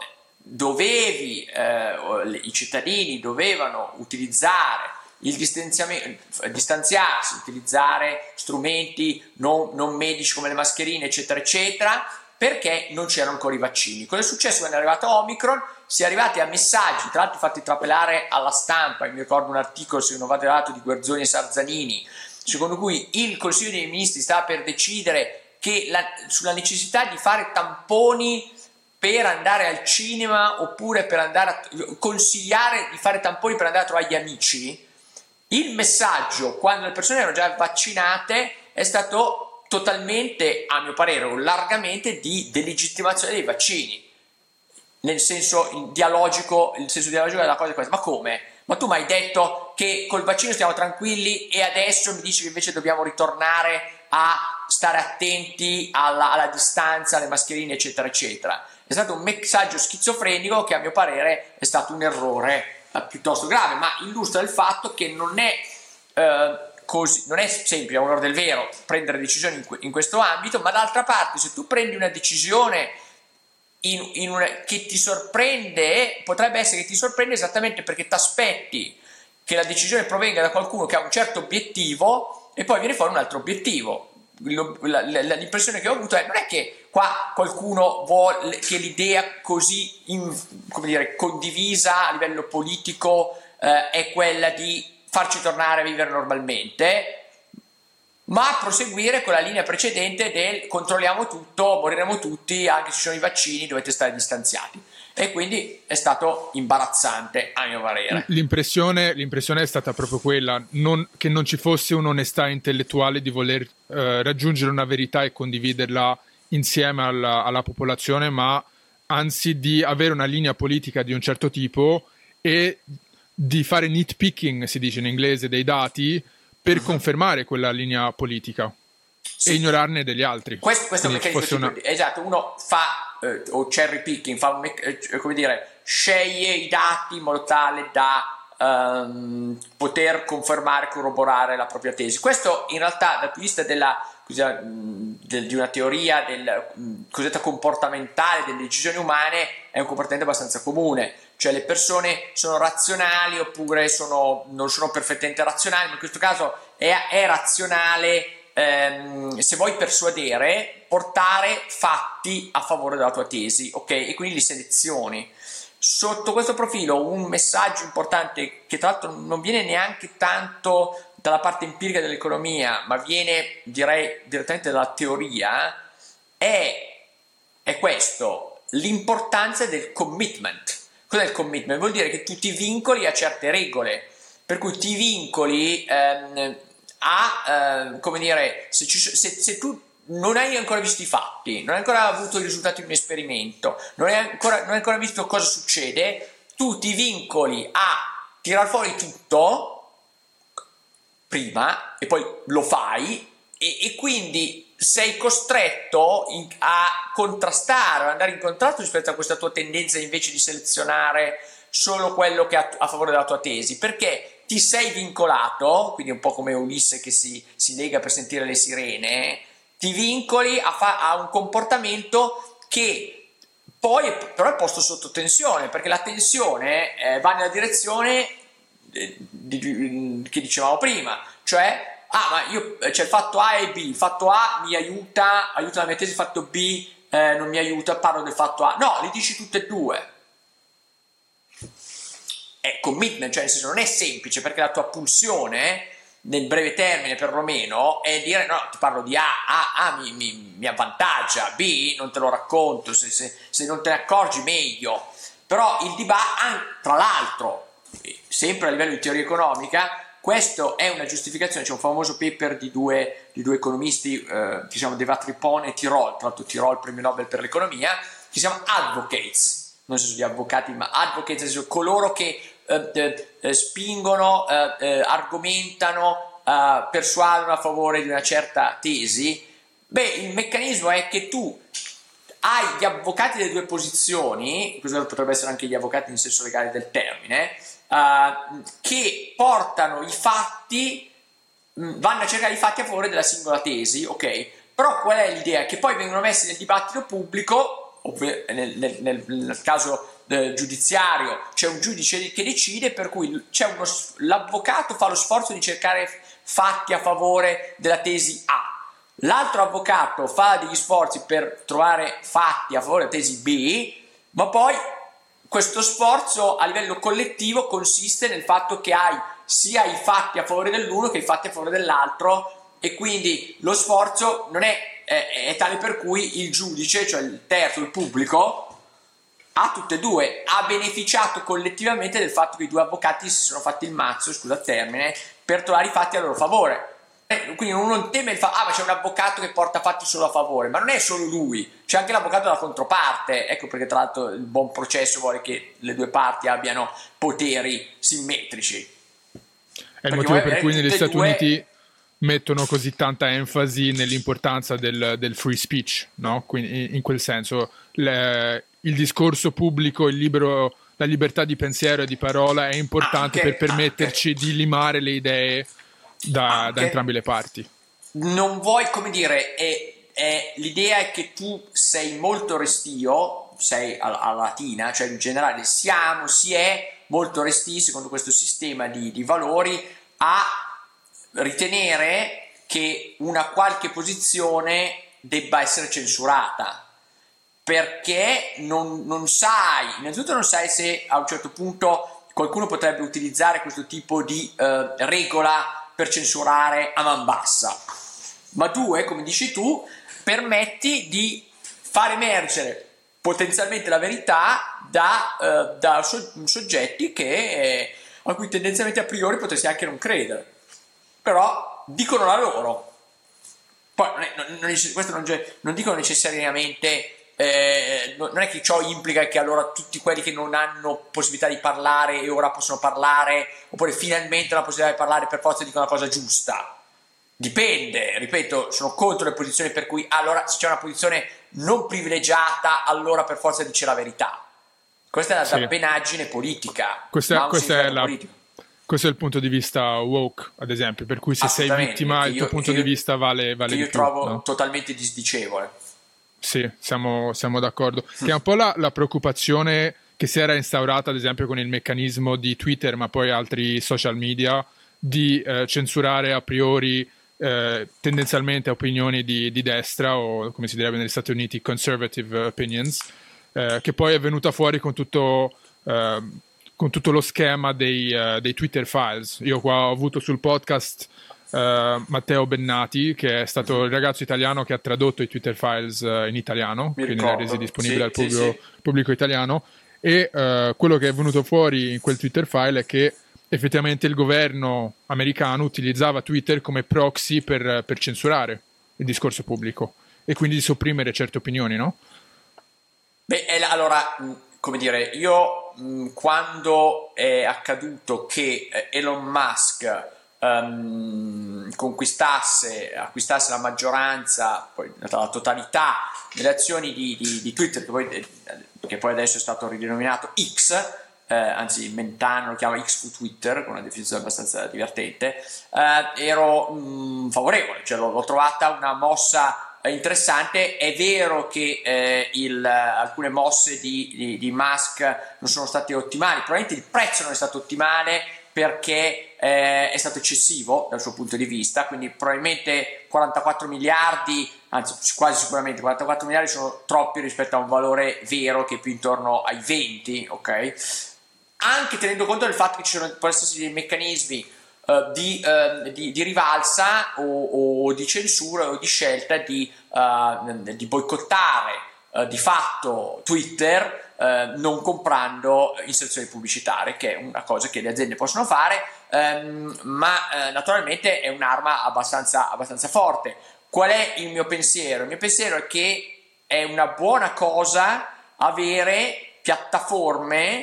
i cittadini dovevano utilizzare il distanziarsi, utilizzare strumenti non medici come le mascherine, eccetera eccetera, perché non c'erano ancora i vaccini. Cosa è successo quando è arrivato Omicron? Si è arrivati a messaggi, tra l'altro fatti trapelare alla stampa, mi ricordo un articolo, se non vado errato, di Guerzoni e Sarzanini, secondo cui il Consiglio dei Ministri stava per decidere sulla necessità di fare tamponi per andare al cinema, oppure consigliare di fare tamponi per andare a trovare gli amici. Il messaggio, quando le persone erano già vaccinate, è stato totalmente, a mio parere, o largamente, di delegittimazione dei vaccini, nel senso dialogico della cosa è questa: ma come? Ma tu mi hai detto che col vaccino stiamo tranquilli e adesso mi dici che invece dobbiamo ritornare a stare attenti alla distanza, alle mascherine, eccetera eccetera. È stato un messaggio schizofrenico che, a mio parere, è stato un errore piuttosto grave, ma illustra il fatto che non è semplice, a onor del vero, prendere decisioni in questo ambito, ma d'altra parte, se tu prendi una decisione che ti sorprende, potrebbe essere che ti sorprende esattamente perché ti aspetti che la decisione provenga da qualcuno che ha un certo obiettivo e poi viene fuori un altro obiettivo. L'impressione che ho avuto non è che qua qualcuno vuole che l'idea così condivisa a livello politico è quella di farci tornare a vivere normalmente, ma proseguire con la linea precedente del controlliamo tutto, moriremo tutti, anche se ci sono i vaccini, dovete stare distanziati. E quindi è stato imbarazzante, a mio parere. L'impressione è stata proprio quella, che non ci fosse un'onestà intellettuale di voler raggiungere una verità e condividerla insieme alla popolazione, ma anzi di avere una linea politica di un certo tipo e di fare nitpicking, si dice in inglese, dei dati per confermare quella linea politica, sì, e ignorarne degli altri. Questo è un meccanismo esatto, uno fa o cherry picking, sceglie i dati in modo tale da poter confermare, corroborare la propria tesi. Questo in realtà dal punto di vista di una teoria del cosiddetto comportamentale delle decisioni umane è un comportamento abbastanza comune, cioè le persone sono razionali oppure non sono perfettamente razionali, ma in questo caso è razionale. Se vuoi persuadere, portare fatti a favore della tua tesi, ok? E quindi li selezioni. Sotto questo profilo, un messaggio importante che tra l'altro non viene neanche tanto dalla parte empirica dell'economia, ma viene, direi, direttamente dalla teoria, è questo: l'importanza del commitment. Cos'è il commitment? Vuol dire che tu ti vincoli a certe regole, per cui ti vincoli come dire, se tu non hai ancora visto i fatti, non hai ancora avuto i risultati di un esperimento, non hai ancora visto cosa succede, tu ti vincoli a tirar fuori tutto prima e poi lo fai e quindi sei costretto a contrastare, ad andare in contrasto rispetto a questa tua tendenza invece di selezionare solo quello che è a favore della tua tesi, perché ti sei vincolato, quindi un po' come Ulisse che si lega per sentire le sirene, ti vincoli a un comportamento che poi però è posto sotto tensione, perché la tensione va nella direzione che dicevamo prima, cioè ma c'è il fatto A e B, il fatto A mi aiuta la mia tesi, il fatto B non mi aiuta, parlo del fatto A. No, li dici tutte e due. È commitment, cioè nel senso non è semplice, perché la tua pulsione nel breve termine perlomeno è dire no, ti parlo di A mi avvantaggia, B non te lo racconto, se non te ne accorgi meglio. Però il dibattito, tra l'altro, sempre a livello di teoria economica, questo è una giustificazione. C'è un famoso paper di due economisti che si chiamano Devat Ripon e Tirol, tra l'altro Tirol premio Nobel per l'economia, che si chiama Advocates, non so se sono gli avvocati, ma Advocates, nel senso coloro che spingono, argomentano, persuadono a favore di una certa tesi. Beh, il meccanismo è che tu hai gli avvocati delle due posizioni, questo potrebbe essere anche gli avvocati in senso legale del termine, che portano i fatti, vanno a cercare i fatti a favore della singola tesi, ok? Però qual è l'idea? Che poi vengono messi nel dibattito pubblico, nel caso giudiziario c'è un giudice che decide, per cui l'avvocato fa lo sforzo di cercare fatti a favore della tesi A, l'altro avvocato fa degli sforzi per trovare fatti a favore della tesi B, ma poi questo sforzo a livello collettivo consiste nel fatto che hai sia i fatti a favore dell'uno che i fatti a favore dell'altro, e quindi lo sforzo non è tale per cui il giudice, cioè il terzo, il pubblico, ha tutte e due, ha beneficiato collettivamente del fatto che i due avvocati si sono fatti il mazzo, scusa il termine, per trovare i fatti a loro favore. Quindi uno non teme il fatto, ma c'è un avvocato che porta fatti solo a favore, ma non è solo lui, c'è anche l'avvocato della controparte. Ecco perché tra l'altro il buon processo vuole che le due parti abbiano poteri simmetrici. È il motivo per cui negli Stati Uniti mettono così tanta enfasi nell'importanza del free speech, no? Quindi in quel senso il discorso pubblico, la libertà di pensiero e di parola è importante per permetterci di limare le idee da entrambe le parti. Non vuoi, come dire, l'idea è che tu sei molto restio, sei alla latina, cioè in generale si è molto resti, secondo questo sistema di valori, a ritenere che una qualche posizione debba essere censurata, perché non sai, innanzitutto non sai se a un certo punto qualcuno potrebbe utilizzare questo tipo di regola per censurare a man bassa, ma due, come dici tu, permetti di far emergere potenzialmente la verità da soggetti a cui tendenzialmente a priori potresti anche non credere, però dicono la loro. Poi questo non dicono necessariamente, non è che ciò implica che allora tutti quelli che non hanno possibilità di parlare e ora possono parlare, oppure finalmente la possibilità di parlare, per forza dicono la cosa giusta. Dipende, ripeto, sono contro le posizioni per cui allora se c'è una posizione non privilegiata allora per forza dice la verità. Questa è la dabbenaggine politica. Questo è il punto di vista woke, ad esempio, per cui se sei vittima il tuo punto di vista vale che di io più, trovo no? Totalmente disdicevole. Sì, siamo d'accordo. Che è un po' la preoccupazione che si era instaurata, ad esempio, con il meccanismo di Twitter, ma poi altri social media, di censurare a priori tendenzialmente opinioni di destra, o come si direbbe negli Stati Uniti conservative opinions, che poi è venuta fuori con tutto lo schema dei Twitter Files. Io qua ho avuto sul podcast Matteo Bennati, che è stato il ragazzo italiano che ha tradotto i Twitter Files in italiano, quindi li ha resi disponibili al pubblico italiano, e quello che è venuto fuori in quel Twitter file è che effettivamente il governo americano utilizzava Twitter come proxy per censurare il discorso pubblico e quindi di sopprimere certe opinioni, no? Beh, allora, come dire, io quando è accaduto che Elon Musk acquistasse la maggioranza, poi la totalità delle azioni di Twitter, che poi adesso è stato ridenominato X, anzi Mentana lo chiama X fu Twitter, con una definizione abbastanza divertente, ero favorevole, cioè l'ho trovata una mossa interessante. È vero che alcune mosse di Musk non sono state ottimali, probabilmente il prezzo non è stato ottimale perché è stato eccessivo dal suo punto di vista, quindi probabilmente 44 miliardi, anzi quasi sicuramente 44 miliardi sono troppi rispetto a un valore vero che è più intorno ai 20, ok? Anche tenendo conto del fatto che ci sono, possono esserci dei meccanismi di rivalsa o di censura o di scelta di boicottare di fatto Twitter non comprando inserzioni pubblicitarie, che è una cosa che le aziende possono fare, ma naturalmente è un'arma abbastanza forte. Qual è il mio pensiero? Il mio pensiero è che è una buona cosa avere piattaforme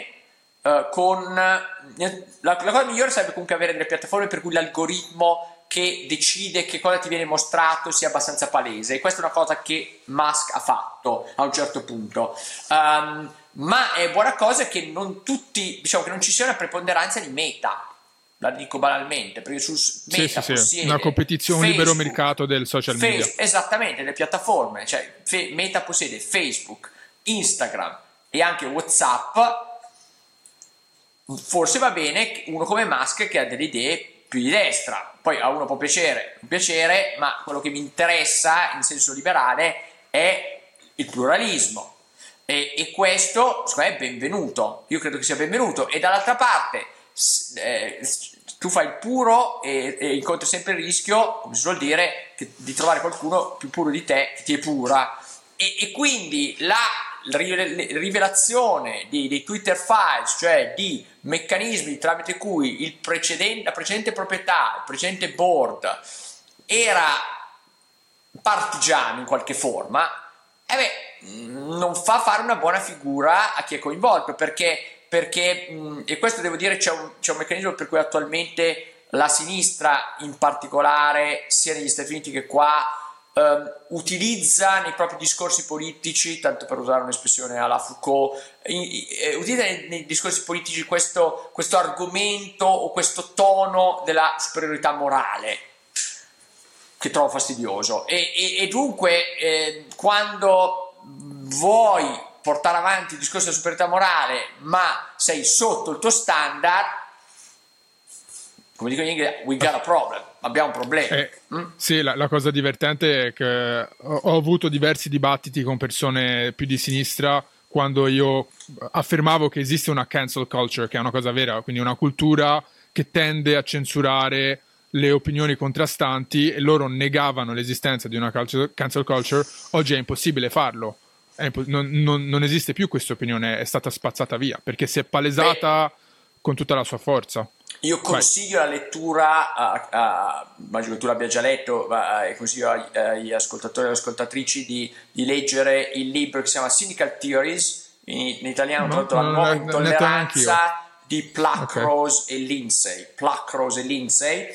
la cosa migliore sarebbe comunque avere delle piattaforme per cui l'algoritmo che decide che cosa ti viene mostrato sia abbastanza palese, e questa è una cosa che Musk ha fatto a un certo punto, ma è buona cosa che non tutti, diciamo che non ci sia una preponderanza di Meta, la dico banalmente, perché su Meta possiede una competizione, un libero mercato del social media, esattamente, le piattaforme, cioè Meta possiede Facebook, Instagram e anche WhatsApp. Forse va bene uno come Musk che ha delle idee più di destra, poi a uno può piacere, non piacere, ma quello che mi interessa in senso liberale è il pluralismo, e questo secondo me è benvenuto, io credo che sia benvenuto. E dall'altra parte tu fai il puro e incontri sempre il rischio, come si suol dire, di trovare qualcuno più puro di te che ti è pura, e quindi la rivelazione dei Twitter files, cioè di meccanismi tramite cui la precedente proprietà, il precedente board era partigiano in qualche forma, non fa fare una buona figura a chi è coinvolto, perché e questo devo dire, c'è un meccanismo per cui attualmente la sinistra in particolare, sia negli Stati Uniti che qua, utilizza nei propri discorsi politici, tanto per usare un'espressione alla Foucault, utilizza nei discorsi politici questo argomento o questo tono della superiorità morale, che trovo fastidioso, e dunque quando vuoi portare avanti il discorso della superiorità morale ma sei sotto il tuo standard, come dico in inglese, we got a problem, abbiamo un problema. Sì, la cosa divertente è che ho avuto diversi dibattiti con persone più di sinistra quando io affermavo che esiste una cancel culture, che è una cosa vera, quindi una cultura che tende a censurare le opinioni contrastanti, e loro negavano l'esistenza di una cancel culture. Oggi è impossibile farlo, non esiste più questa opinione, è stata spazzata via perché si è palesata con tutta la sua forza. Io consiglio la lettura, immagino che tu l'abbia già letto, e consiglio agli ascoltatori e alle ascoltatrici di leggere il libro che si chiama Cynical Theories, in italiano tradotto La nuova intolleranza di Pluckrose e Lindsay.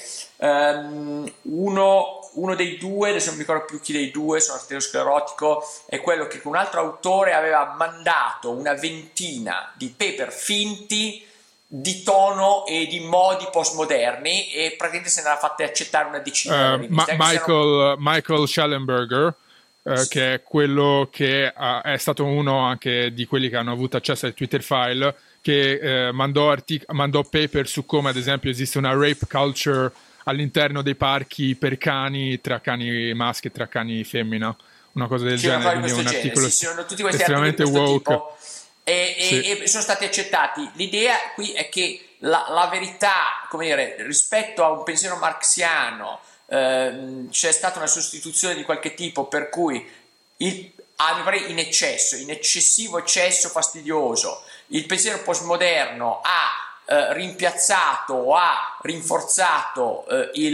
Uno dei due, adesso non mi ricordo più chi dei due, sono arteriosclerotico, è quello che con un altro autore aveva mandato una ventina di paper finti di tono e di modi postmoderni, e praticamente se ne era fatte accettare una decina. Michael Schellenberger, che è quello che è stato uno anche di quelli che hanno avuto accesso ai Twitter file, che mandò paper su come ad esempio esiste una rape culture all'interno dei parchi per cani, tra cani maschi e tra cani femmina, una cosa del genere, quindi un articolo estremamente woke. E sono stati accettati. L'idea qui è che la verità, come dire, rispetto a un pensiero marxiano, c'è stata una sostituzione di qualche tipo, per cui a mio parere in eccessivo eccesso fastidioso. Il pensiero postmoderno ha rimpiazzato o ha rinforzato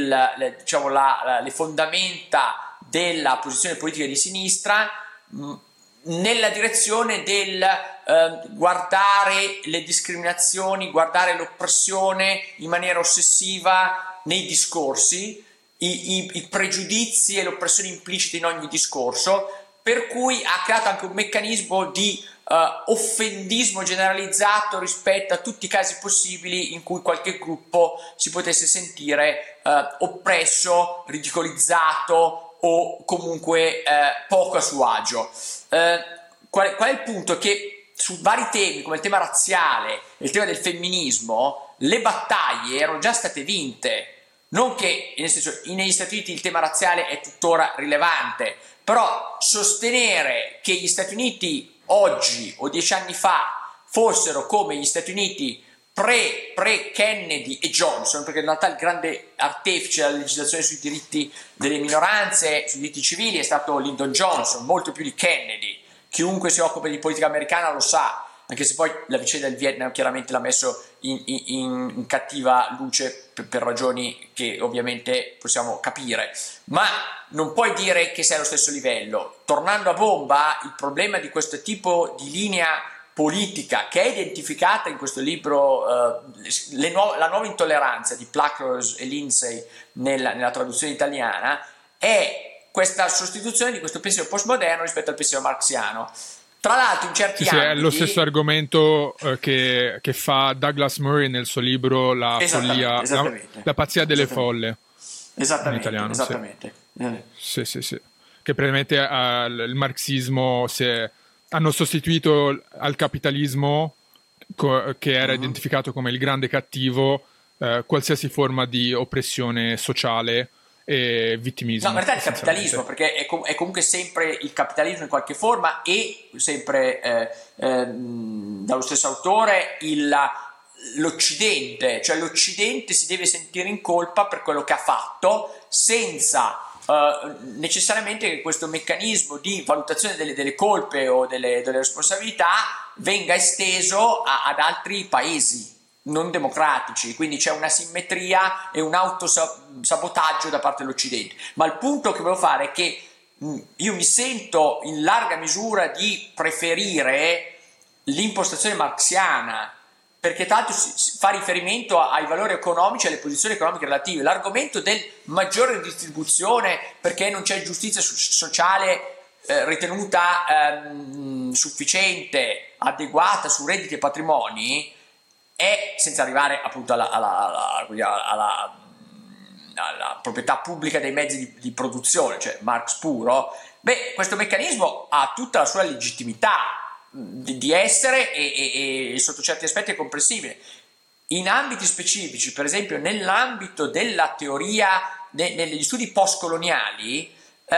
le fondamenta della posizione politica di sinistra nella direzione del guardare le discriminazioni, guardare l'oppressione in maniera ossessiva nei discorsi, i pregiudizi e l'oppressione implicita in ogni discorso, per cui ha creato anche un meccanismo di offendismo generalizzato rispetto a tutti i casi possibili in cui qualche gruppo si potesse sentire oppresso, ridicolizzato o comunque poco a suo agio. Qual è il punto? Che su vari temi come il tema razziale e il tema del femminismo le battaglie erano già state vinte. Non che, nel senso, negli Stati Uniti il tema razziale è tuttora rilevante, però sostenere che gli Stati Uniti oggi o 10 anni fa fossero come gli Stati Uniti pre-Kennedy e Johnson, perché in realtà il grande artefice della legislazione sui diritti delle minoranze, sui diritti civili, è stato Lyndon Johnson, molto più di Kennedy. Chiunque si occupa di politica americana lo sa, anche se poi la vicenda del Vietnam chiaramente l'ha messo in cattiva luce per ragioni che ovviamente possiamo capire, ma non puoi dire che sei allo stesso livello. Tornando a bomba, il problema di questo tipo di linea politica che è identificata in questo libro, la nuova intolleranza di Pluckrose e Lindsay nella traduzione italiana, è questa sostituzione di questo pensiero postmoderno rispetto al pensiero marxiano. Tra l'altro in certi ambiti è lo stesso argomento che fa Douglas Murray nel suo libro La follia, la pazzia delle folle. Esattamente, in italiano, esattamente. Sì. Che praticamente il marxismo hanno sostituito al capitalismo, che era identificato come il grande cattivo, qualsiasi forma di oppressione sociale e vittimismo. No, in realtà è il capitalismo, perché è comunque sempre il capitalismo in qualche forma, e sempre dallo stesso autore l'Occidente, cioè l'Occidente si deve sentire in colpa per quello che ha fatto, senza necessariamente che questo meccanismo di valutazione delle colpe o delle responsabilità venga esteso ad altri paesi non democratici, quindi c'è una simmetria e un autosabotaggio da parte dell'Occidente. Ma il punto che volevo fare è che io mi sento in larga misura di preferire l'impostazione marxiana, perché tanto si fa riferimento ai valori economici e alle posizioni economiche relative. L'argomento del maggiore distribuzione perché non c'è giustizia sociale ritenuta sufficiente, adeguata su redditi e patrimoni, è, senza arrivare appunto alla proprietà pubblica dei mezzi di produzione, cioè Marx puro, questo meccanismo ha tutta la sua legittimità di essere e sotto certi aspetti è comprensibile. In ambiti specifici, per esempio nell'ambito della teoria, negli studi postcoloniali,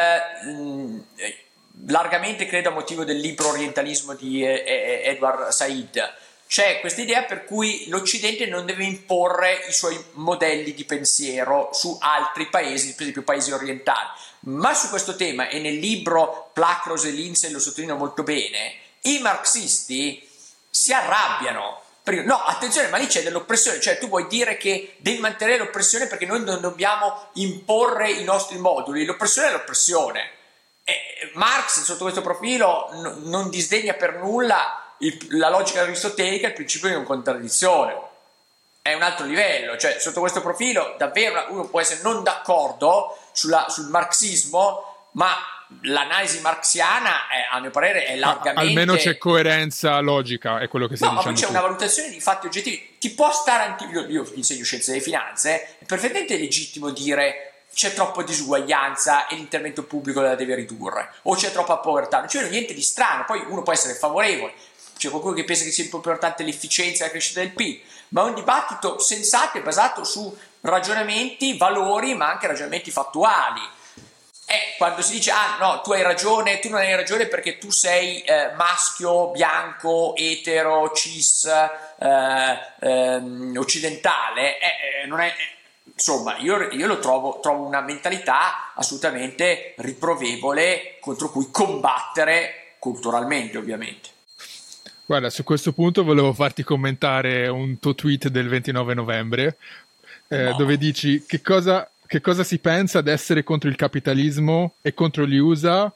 largamente credo a motivo del libro Orientalismo di Edward Said, c'è questa idea per cui l'Occidente non deve imporre i suoi modelli di pensiero su altri paesi, per esempio paesi orientali. Ma su questo tema, e nel libro Pluckrose e Lindsay lo sottolineo molto bene, i marxisti si arrabbiano. No, attenzione, ma lì c'è dell'oppressione, cioè tu vuoi dire che devi mantenere l'oppressione perché noi non dobbiamo imporre i nostri moduli. L'oppressione è l'oppressione. Marx sotto questo profilo non disdegna per nulla la logica aristotelica, il principio di non contraddizione. È un altro livello, cioè sotto questo profilo davvero uno può essere non d'accordo sul marxismo, ma l'analisi marxiana a mio parere è largamente, almeno c'è coerenza logica, è quello che stai dicendo. Ma poi c'è una valutazione di fatti oggettivi. Ti può stare io insegno scienze delle finanze, è perfettamente legittimo dire c'è troppa disuguaglianza e l'intervento pubblico la deve ridurre, o c'è troppa povertà, non c'è niente di strano. Poi uno può essere favorevole, c'è qualcuno che pensa che sia più importante l'efficienza e la crescita del PIL, ma è un dibattito sensato e basato su ragionamenti, valori, ma anche ragionamenti fattuali. Quando si dice no, tu hai ragione, tu non hai ragione perché tu sei maschio, bianco, etero, cis, occidentale, non è, insomma, io lo trovo una mentalità assolutamente riprovevole contro cui combattere culturalmente, ovviamente. Guarda, su questo punto volevo farti commentare un tuo tweet del 29 novembre, dove No. dici che cosa si pensa ad essere contro il capitalismo e contro gli USA,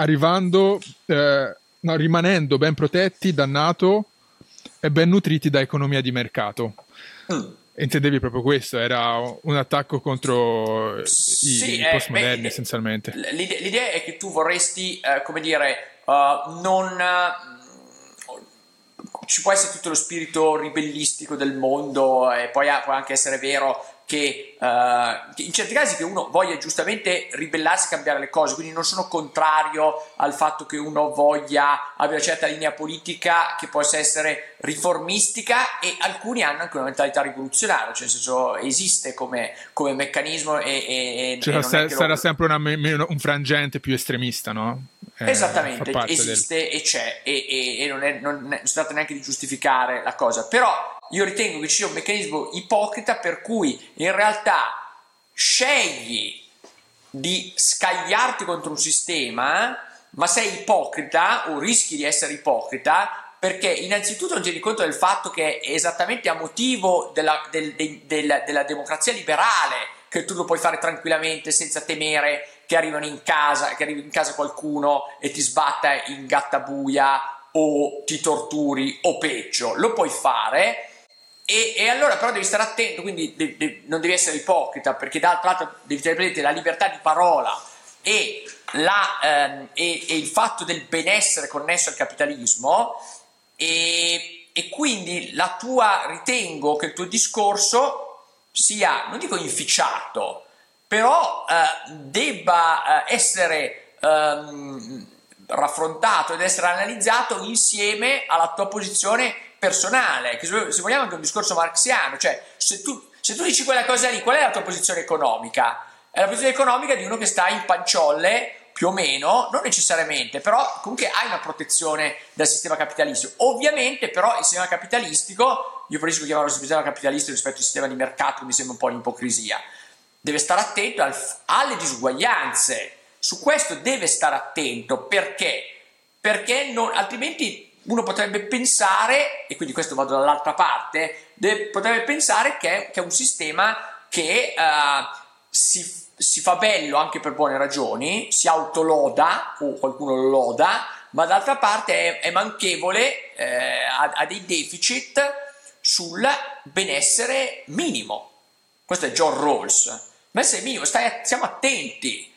rimanendo ben protetti da NATO e ben nutriti da economia di mercato. Mm. Intendevi proprio questo, era un attacco contro Sì, i postmoderni essenzialmente. l'idea è che tu vorresti, come dire, non... ci può essere tutto lo spirito ribellistico del mondo e poi può anche essere vero che in certi casi che uno voglia giustamente ribellarsi e cambiare le cose, quindi non sono contrario al fatto che uno voglia avere una certa linea politica che possa essere riformistica, e alcuni hanno anche una mentalità rivoluzionaria, cioè nel senso esiste come meccanismo e non è che sarà sempre un frangente più estremista, no? Esattamente, esiste e c'è, e non si tratta neanche di giustificare la cosa, però io ritengo che ci sia un meccanismo ipocrita per cui in realtà scegli di scagliarti contro un sistema, ma sei ipocrita o rischi di essere ipocrita perché innanzitutto non ti rendi conto del fatto che è esattamente a motivo della democrazia liberale che tu lo puoi fare tranquillamente senza temere che arrivi in casa qualcuno e ti sbatta in gattabuia o ti torturi o peggio, lo puoi fare. E allora però devi stare attento, quindi non devi essere ipocrita, perché dall'altro lato devi tenere presente la libertà di parola e il fatto del benessere connesso al capitalismo, e quindi ritengo che il tuo discorso sia, non dico inficiato, però debba essere raffrontato ed essere analizzato insieme alla tua posizione personale, che se vogliamo anche un discorso marxiano, cioè se tu dici quella cosa lì, qual è la tua posizione economica? È la posizione economica di uno che sta in panciolle, più o meno, non necessariamente, però comunque hai una protezione dal sistema capitalistico. Ovviamente però il sistema capitalistico, io preferisco chiamarlo sistema capitalistico rispetto al sistema di mercato, mi sembra un po' un'ipocrisia, deve stare attento alle disuguaglianze, su questo deve stare attento, perché altrimenti uno potrebbe pensare, e quindi questo vado dall'altra parte, potrebbe pensare che è un sistema che si fa bello anche per buone ragioni, si autoloda o qualcuno lo loda, ma d'altra parte è manchevole, ha dei deficit sul benessere minimo. Questo è John Rawls. Benessere minimo, stiamo attenti.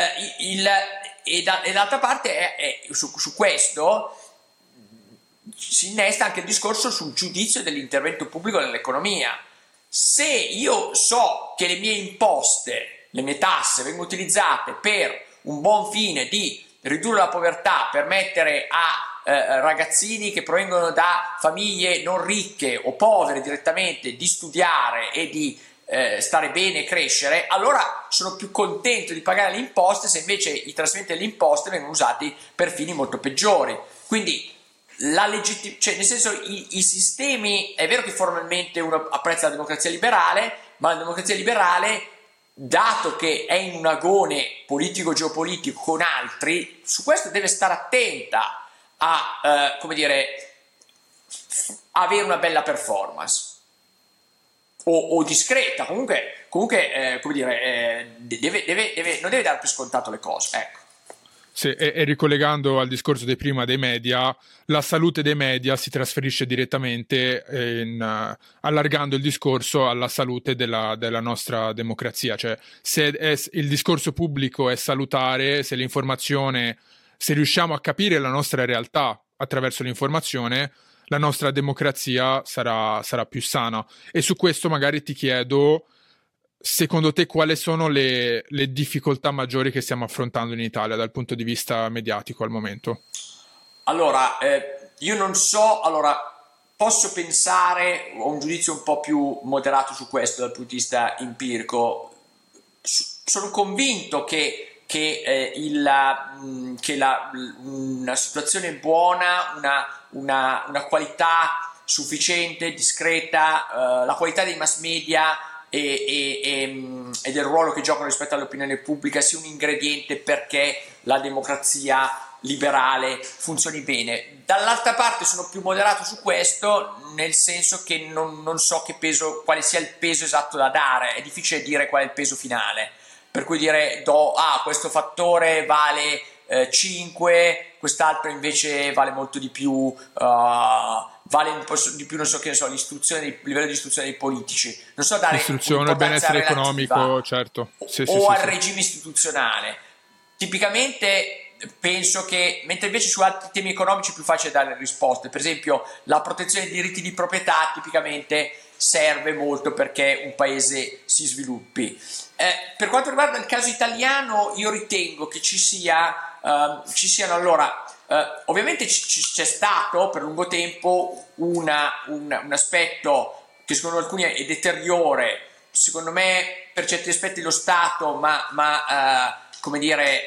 E d'altra parte su questo si innesta anche il discorso sul giudizio dell'intervento pubblico nell'economia. Se io so che le mie imposte, le mie tasse vengono utilizzate per un buon fine di ridurre la povertà, permettere a ragazzini che provengono da famiglie non ricche o povere direttamente di studiare e di stare bene e crescere, allora sono più contento di pagare le imposte se invece i trasferimenti delle imposte vengono usati per fini molto peggiori. Quindi cioè nel senso i sistemi, è vero che formalmente uno apprezza la democrazia liberale, ma la democrazia liberale, dato che è in un agone politico-geopolitico con altri, su questo deve stare attenta a come dire, avere una bella performance o discreta, comunque come dire, non deve dare per scontato le cose, ecco. Sì, e ricollegando al discorso di prima dei media, la salute dei media si trasferisce direttamente allargando il discorso alla salute della nostra democrazia. Cioè, se il discorso pubblico è salutare, se riusciamo a capire la nostra realtà attraverso l'informazione, la nostra democrazia sarà più sana. E su questo magari ti chiedo, secondo te quali sono le difficoltà maggiori che stiamo affrontando in Italia dal punto di vista mediatico al momento? Allora, io non so, posso pensare, ho un giudizio un po' più moderato su questo dal punto di vista empirico. Sono convinto che una situazione buona, una qualità sufficiente, discreta, la qualità dei mass media e del ruolo che giocano rispetto all'opinione pubblica sia un ingrediente perché la democrazia liberale funzioni bene. Dall'altra parte sono più moderato su questo, nel senso che non so quale sia il peso esatto da dare, è difficile dire qual è il peso finale, per cui dire questo fattore vale 5, quest'altro invece vale molto di più, vale un po' di più, non so che ne so, il livello di istruzione dei politici, non so dare l'istruzione, il benessere economico, certo, al regime istituzionale. Tipicamente penso che, mentre invece su altri temi economici è più facile dare risposte, per esempio la protezione dei diritti di proprietà tipicamente serve molto perché un paese si sviluppi. Per quanto riguarda il caso italiano, io ritengo che ci siano allora, ovviamente c'è stato per lungo tempo un aspetto che secondo alcuni è deteriore, secondo me per certi aspetti lo Stato, ma come dire,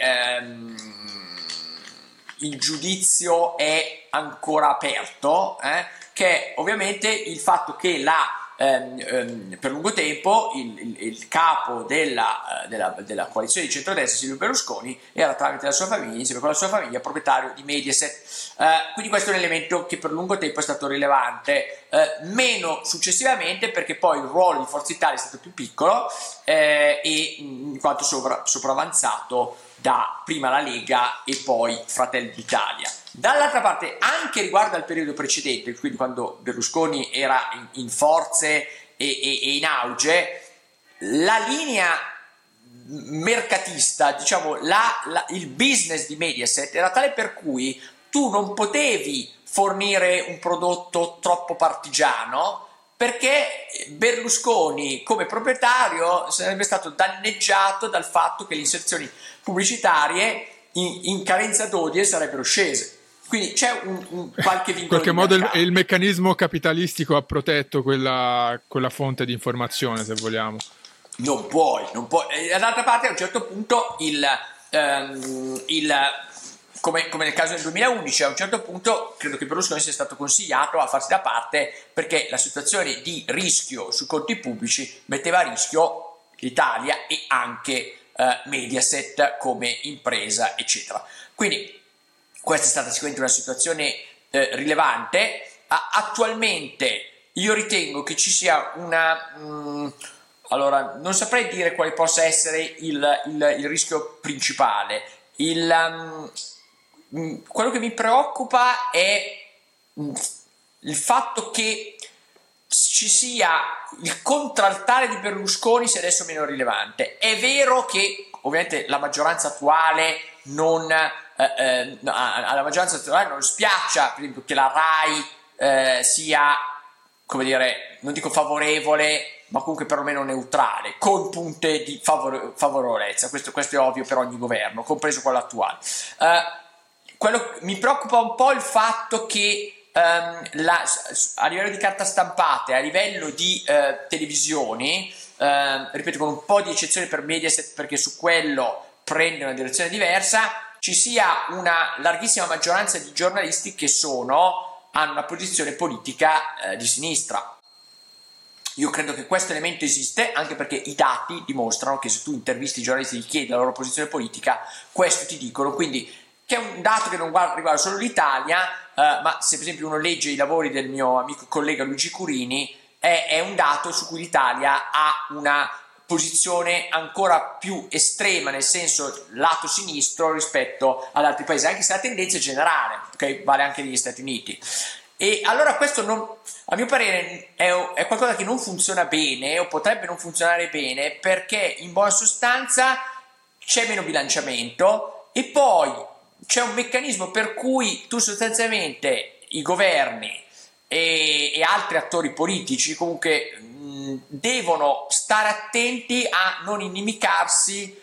il giudizio è ancora aperto, che ovviamente il fatto che per lungo tempo il capo della coalizione di centrodestra, Silvio Berlusconi, era tramite la sua famiglia, insieme con la sua famiglia, proprietario di Mediaset. Quindi questo è un elemento che per lungo tempo è stato rilevante, meno successivamente perché poi il ruolo di Forza Italia è stato più piccolo e in quanto sopravanzato da prima la Lega e poi Fratelli d'Italia. Dall'altra parte, anche riguardo al periodo precedente, quindi quando Berlusconi era in forze e in auge, la linea mercatista, diciamo il business di Mediaset era tale per cui tu non potevi fornire un prodotto troppo partigiano, perché Berlusconi come proprietario sarebbe stato danneggiato dal fatto che le inserzioni pubblicitarie in carenza d'audience sarebbero scese. Quindi c'è un qualche vincolo. In qualche modo il meccanismo capitalistico ha protetto quella fonte di informazione, se vogliamo. Non puoi. Dall'altra parte, a un certo punto, come nel caso del 2011, a un certo punto credo che Berlusconi sia stato consigliato a farsi da parte perché la situazione di rischio sui conti pubblici metteva a rischio l'Italia e anche Mediaset come impresa, eccetera. Quindi questa è stata sicuramente una situazione rilevante. Attualmente io ritengo che ci sia allora non saprei dire quale possa essere il rischio principale. Quello che mi preoccupa è il fatto che ci sia il contraltare di Berlusconi sia adesso meno rilevante. È vero che ovviamente la maggioranza attuale alla maggioranza attuale non spiaccia, per esempio, che la RAI sia, come dire, non dico favorevole, ma comunque perlomeno neutrale, con punte di favorevolezza. Questo è ovvio per ogni governo, compreso quello attuale. Mi preoccupa un po' il fatto che a livello di carta stampate, a livello di televisioni, ripeto, con un po' di eccezione per Mediaset perché su quello prende una direzione diversa, ci sia una larghissima maggioranza di giornalisti che hanno una posizione politica di sinistra. Io credo che questo elemento esiste anche perché i dati dimostrano che se tu intervisti i giornalisti e gli chiedi la loro posizione politica, questo ti dicono, quindi che è un dato che non riguarda solo l'Italia, ma se per esempio uno legge i lavori del mio amico e collega Luigi Curini, è un dato su cui l'Italia ha una posizione ancora più estrema, nel senso lato sinistro rispetto ad altri paesi, anche se la tendenza è generale, okay? Vale anche negli Stati Uniti. E allora questo a mio parere è qualcosa che non funziona bene o potrebbe non funzionare bene perché in buona sostanza c'è meno bilanciamento e poi c'è un meccanismo per cui tu sostanzialmente i governi e altri attori politici comunque devono stare attenti a non inimicarsi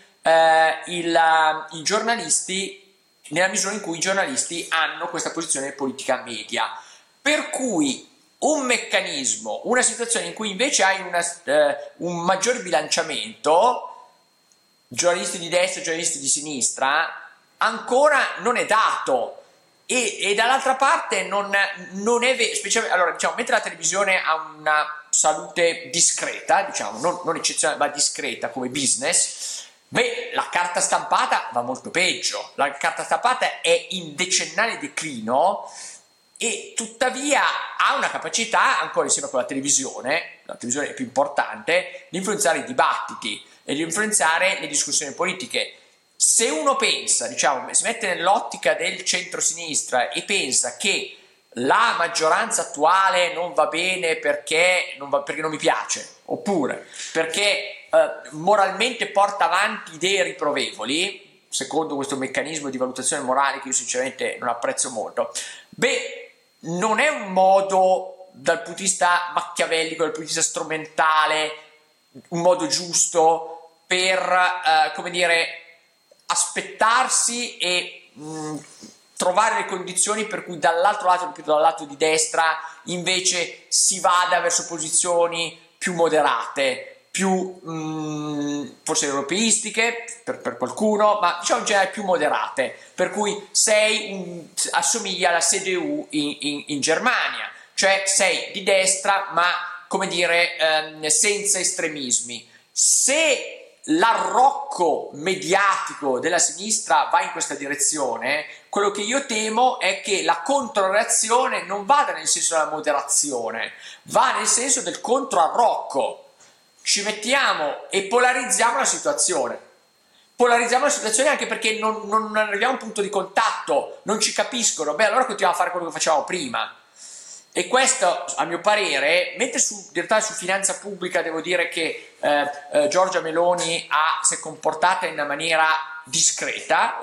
i giornalisti nella misura in cui i giornalisti hanno questa posizione politica media. Per cui un meccanismo, una situazione in cui invece hai un maggior bilanciamento, giornalisti di destra e giornalisti di sinistra, ancora non è dato. E dall'altra parte non è vero, specialmente, allora diciamo, mentre la televisione ha salute discreta, diciamo, non eccezionale ma discreta come business, la carta stampata va molto peggio. La carta stampata è in decennale declino e tuttavia ha una capacità, ancora insieme con la televisione è più importante, di influenzare i dibattiti e di influenzare le discussioni politiche. Se uno pensa, diciamo, si mette nell'ottica del centro-sinistra e pensa che la maggioranza attuale non va bene perché non mi piace, oppure perché moralmente porta avanti idee riprovevoli, secondo questo meccanismo di valutazione morale che io sinceramente non apprezzo molto, non è un modo dal punto di vista machiavellico, dal punto di vista strumentale, un modo giusto per, come dire, aspettarsi e trovare le condizioni per cui dall'altro lato, ripeto, dal lato di destra, invece si vada verso posizioni più moderate, più forse europeistiche per qualcuno, ma diciamo in generale più moderate, per cui assomiglia alla CDU in Germania, cioè sei di destra ma, come dire, senza estremismi. Se l'arrocco mediatico della sinistra va in questa direzione, quello che io temo è che la controreazione non vada nel senso della moderazione, va nel senso del controarrocco. Ci mettiamo e polarizziamo la situazione. Polarizziamo la situazione anche perché non arriviamo a un punto di contatto, non ci capiscono, allora continuiamo a fare quello che facevamo prima. E questo, a mio parere, mentre in realtà su finanza pubblica devo dire che Giorgia Meloni si è comportata in una maniera discreta,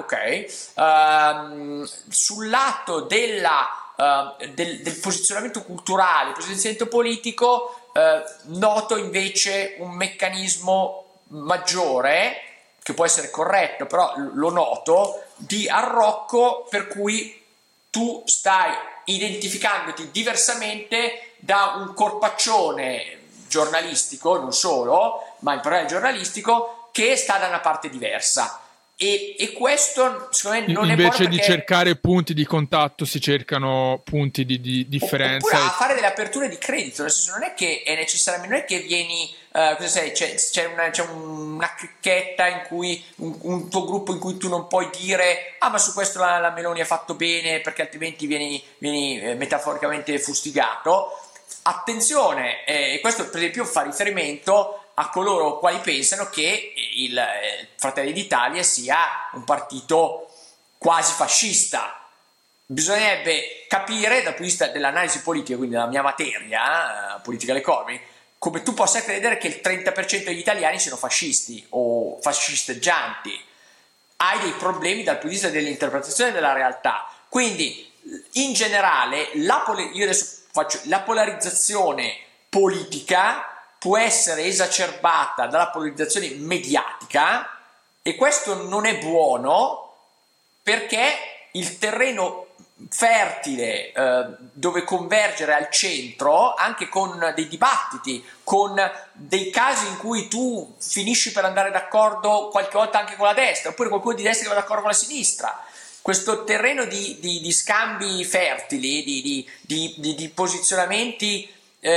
ok? Sul lato del posizionamento culturale, posizionamento politico, noto invece un meccanismo maggiore, che può essere corretto, però lo noto, di arrocco per cui tu stai identificandoti diversamente da un corpaccione giornalistico, non solo, ma in particolare giornalistico, che sta da una parte diversa. E questo secondo me non è buono, invece di cercare punti di contatto si cercano punti di differenza, oppure a fare delle aperture di credito, nel senso non è che è necessariamente, non è che vieni cosa sei, c'è una cricchetta in cui un tuo gruppo in cui tu non puoi dire ma su questo la Meloni ha fatto bene perché altrimenti vieni metaforicamente fustigato. Attenzione, e questo per esempio fa riferimento a coloro quali pensano che il Fratelli d'Italia sia un partito quasi fascista. Bisognerebbe capire dal punto di vista dell'analisi politica, quindi della mia materia, political economy, come tu possa credere che il 30% degli italiani siano fascisti o fascisteggianti. Hai dei problemi dal punto di vista dell'interpretazione della realtà. Quindi, in generale, io adesso faccio la polarizzazione politica può essere esacerbata dalla polarizzazione mediatica, e questo non è buono perché il terreno fertile dove convergere al centro, anche con dei dibattiti, con dei casi in cui tu finisci per andare d'accordo qualche volta anche con la destra, oppure qualcuno di destra che va d'accordo con la sinistra. Questo terreno di scambi fertili, di posizionamenti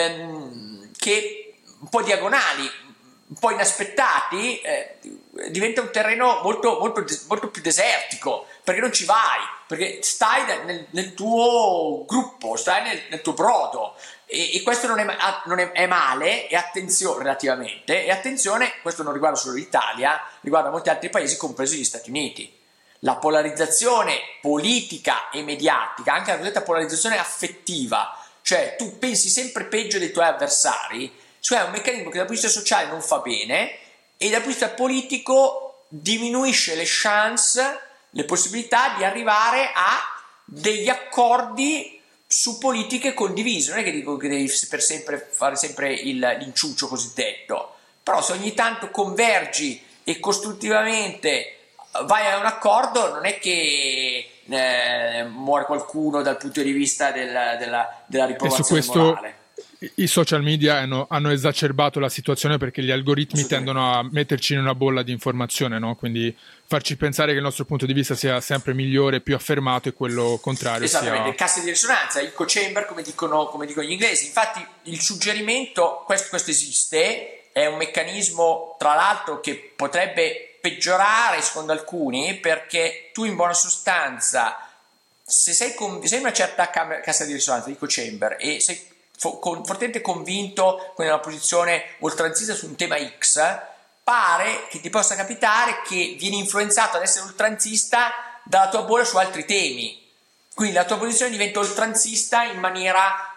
che un po' diagonali, un po' inaspettati, diventa un terreno molto, molto, molto più desertico, perché non ci vai, perché stai nel tuo gruppo, stai nel tuo brodo, e questo non è male, e attenzione relativamente, e attenzione, questo non riguarda solo l'Italia, riguarda molti altri paesi, compresi gli Stati Uniti. La polarizzazione politica e mediatica, anche la cosiddetta polarizzazione affettiva, cioè tu pensi sempre peggio dei tuoi avversari, cioè è un meccanismo che dal punto di vista sociale non fa bene, e dal punto di vista politico diminuisce le chance, le possibilità di arrivare a degli accordi su politiche condivise. Non è che dico che devi per sempre fare sempre l'inciuccio cosiddetto, però se ogni tanto convergi e costruttivamente vai a un accordo, non è che muore qualcuno dal punto di vista della riprovazione morale. i social media hanno esacerbato la situazione, perché gli algoritmi tendono a metterci in una bolla di informazione, no? Quindi farci pensare che il nostro punto di vista sia sempre migliore, più affermato, e quello contrario Esattamente, sia... casse di risonanza, echo chamber, come dicono gli inglesi. Infatti il suggerimento, questo esiste, è un meccanismo tra l'altro che potrebbe peggiorare secondo alcuni, perché tu in buona sostanza, se sei in una certa cassa di risonanza, echo chamber, e sei fortemente convinto con una posizione oltranzista su un tema X, pare che ti possa capitare che vieni influenzato ad essere oltranzista dalla tua bolla su altri temi. Quindi la tua posizione diventa oltranzista in maniera,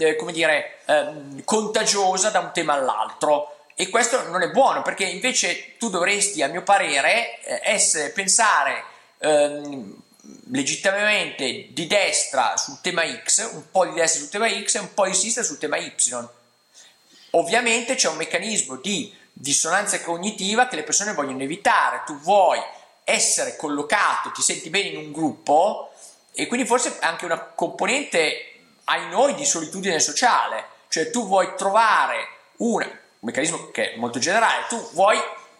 contagiosa da un tema all'altro. E questo non è buono, perché invece tu dovresti, a mio parere, pensare legittimamente di destra sul tema X, un po' di destra sul tema X e un po' di sinistra sul tema Y. Ovviamente c'è un meccanismo di dissonanza cognitiva che le persone vogliono evitare. Tu vuoi essere collocato, ti senti bene in un gruppo, e quindi forse anche una componente, ai noi, di solitudine sociale. Cioè tu vuoi trovare un meccanismo che è molto generale, tu vuoi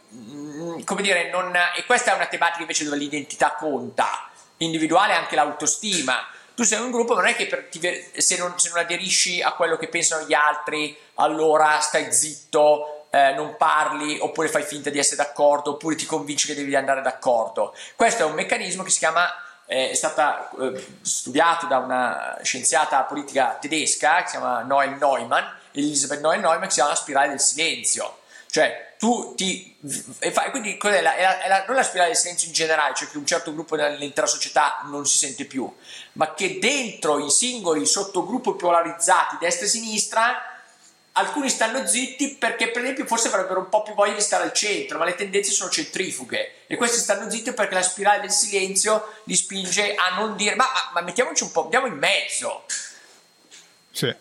e questa è una tematica invece dove l'identità conta, individuale, anche l'autostima. Tu sei in un gruppo, non è che se non aderisci a quello che pensano gli altri, allora stai zitto, non parli, oppure fai finta di essere d'accordo, oppure ti convinci che devi andare d'accordo. Questo è un meccanismo che è stata studiato da una scienziata politica tedesca che si chiama Elisabeth Noel Neumann, che si chiama la spirale del silenzio. Cioè quindi cos'è non la spirale del silenzio in generale, cioè che un certo gruppo nell'intera società non si sente più, ma che dentro i singoli sottogruppi polarizzati destra e sinistra alcuni stanno zitti perché, per esempio, forse avrebbero un po' più voglia di stare al centro, ma le tendenze sono centrifughe, e questi stanno zitti perché la spirale del silenzio li spinge a non dire ma mettiamoci un po', andiamo in mezzo. Sì.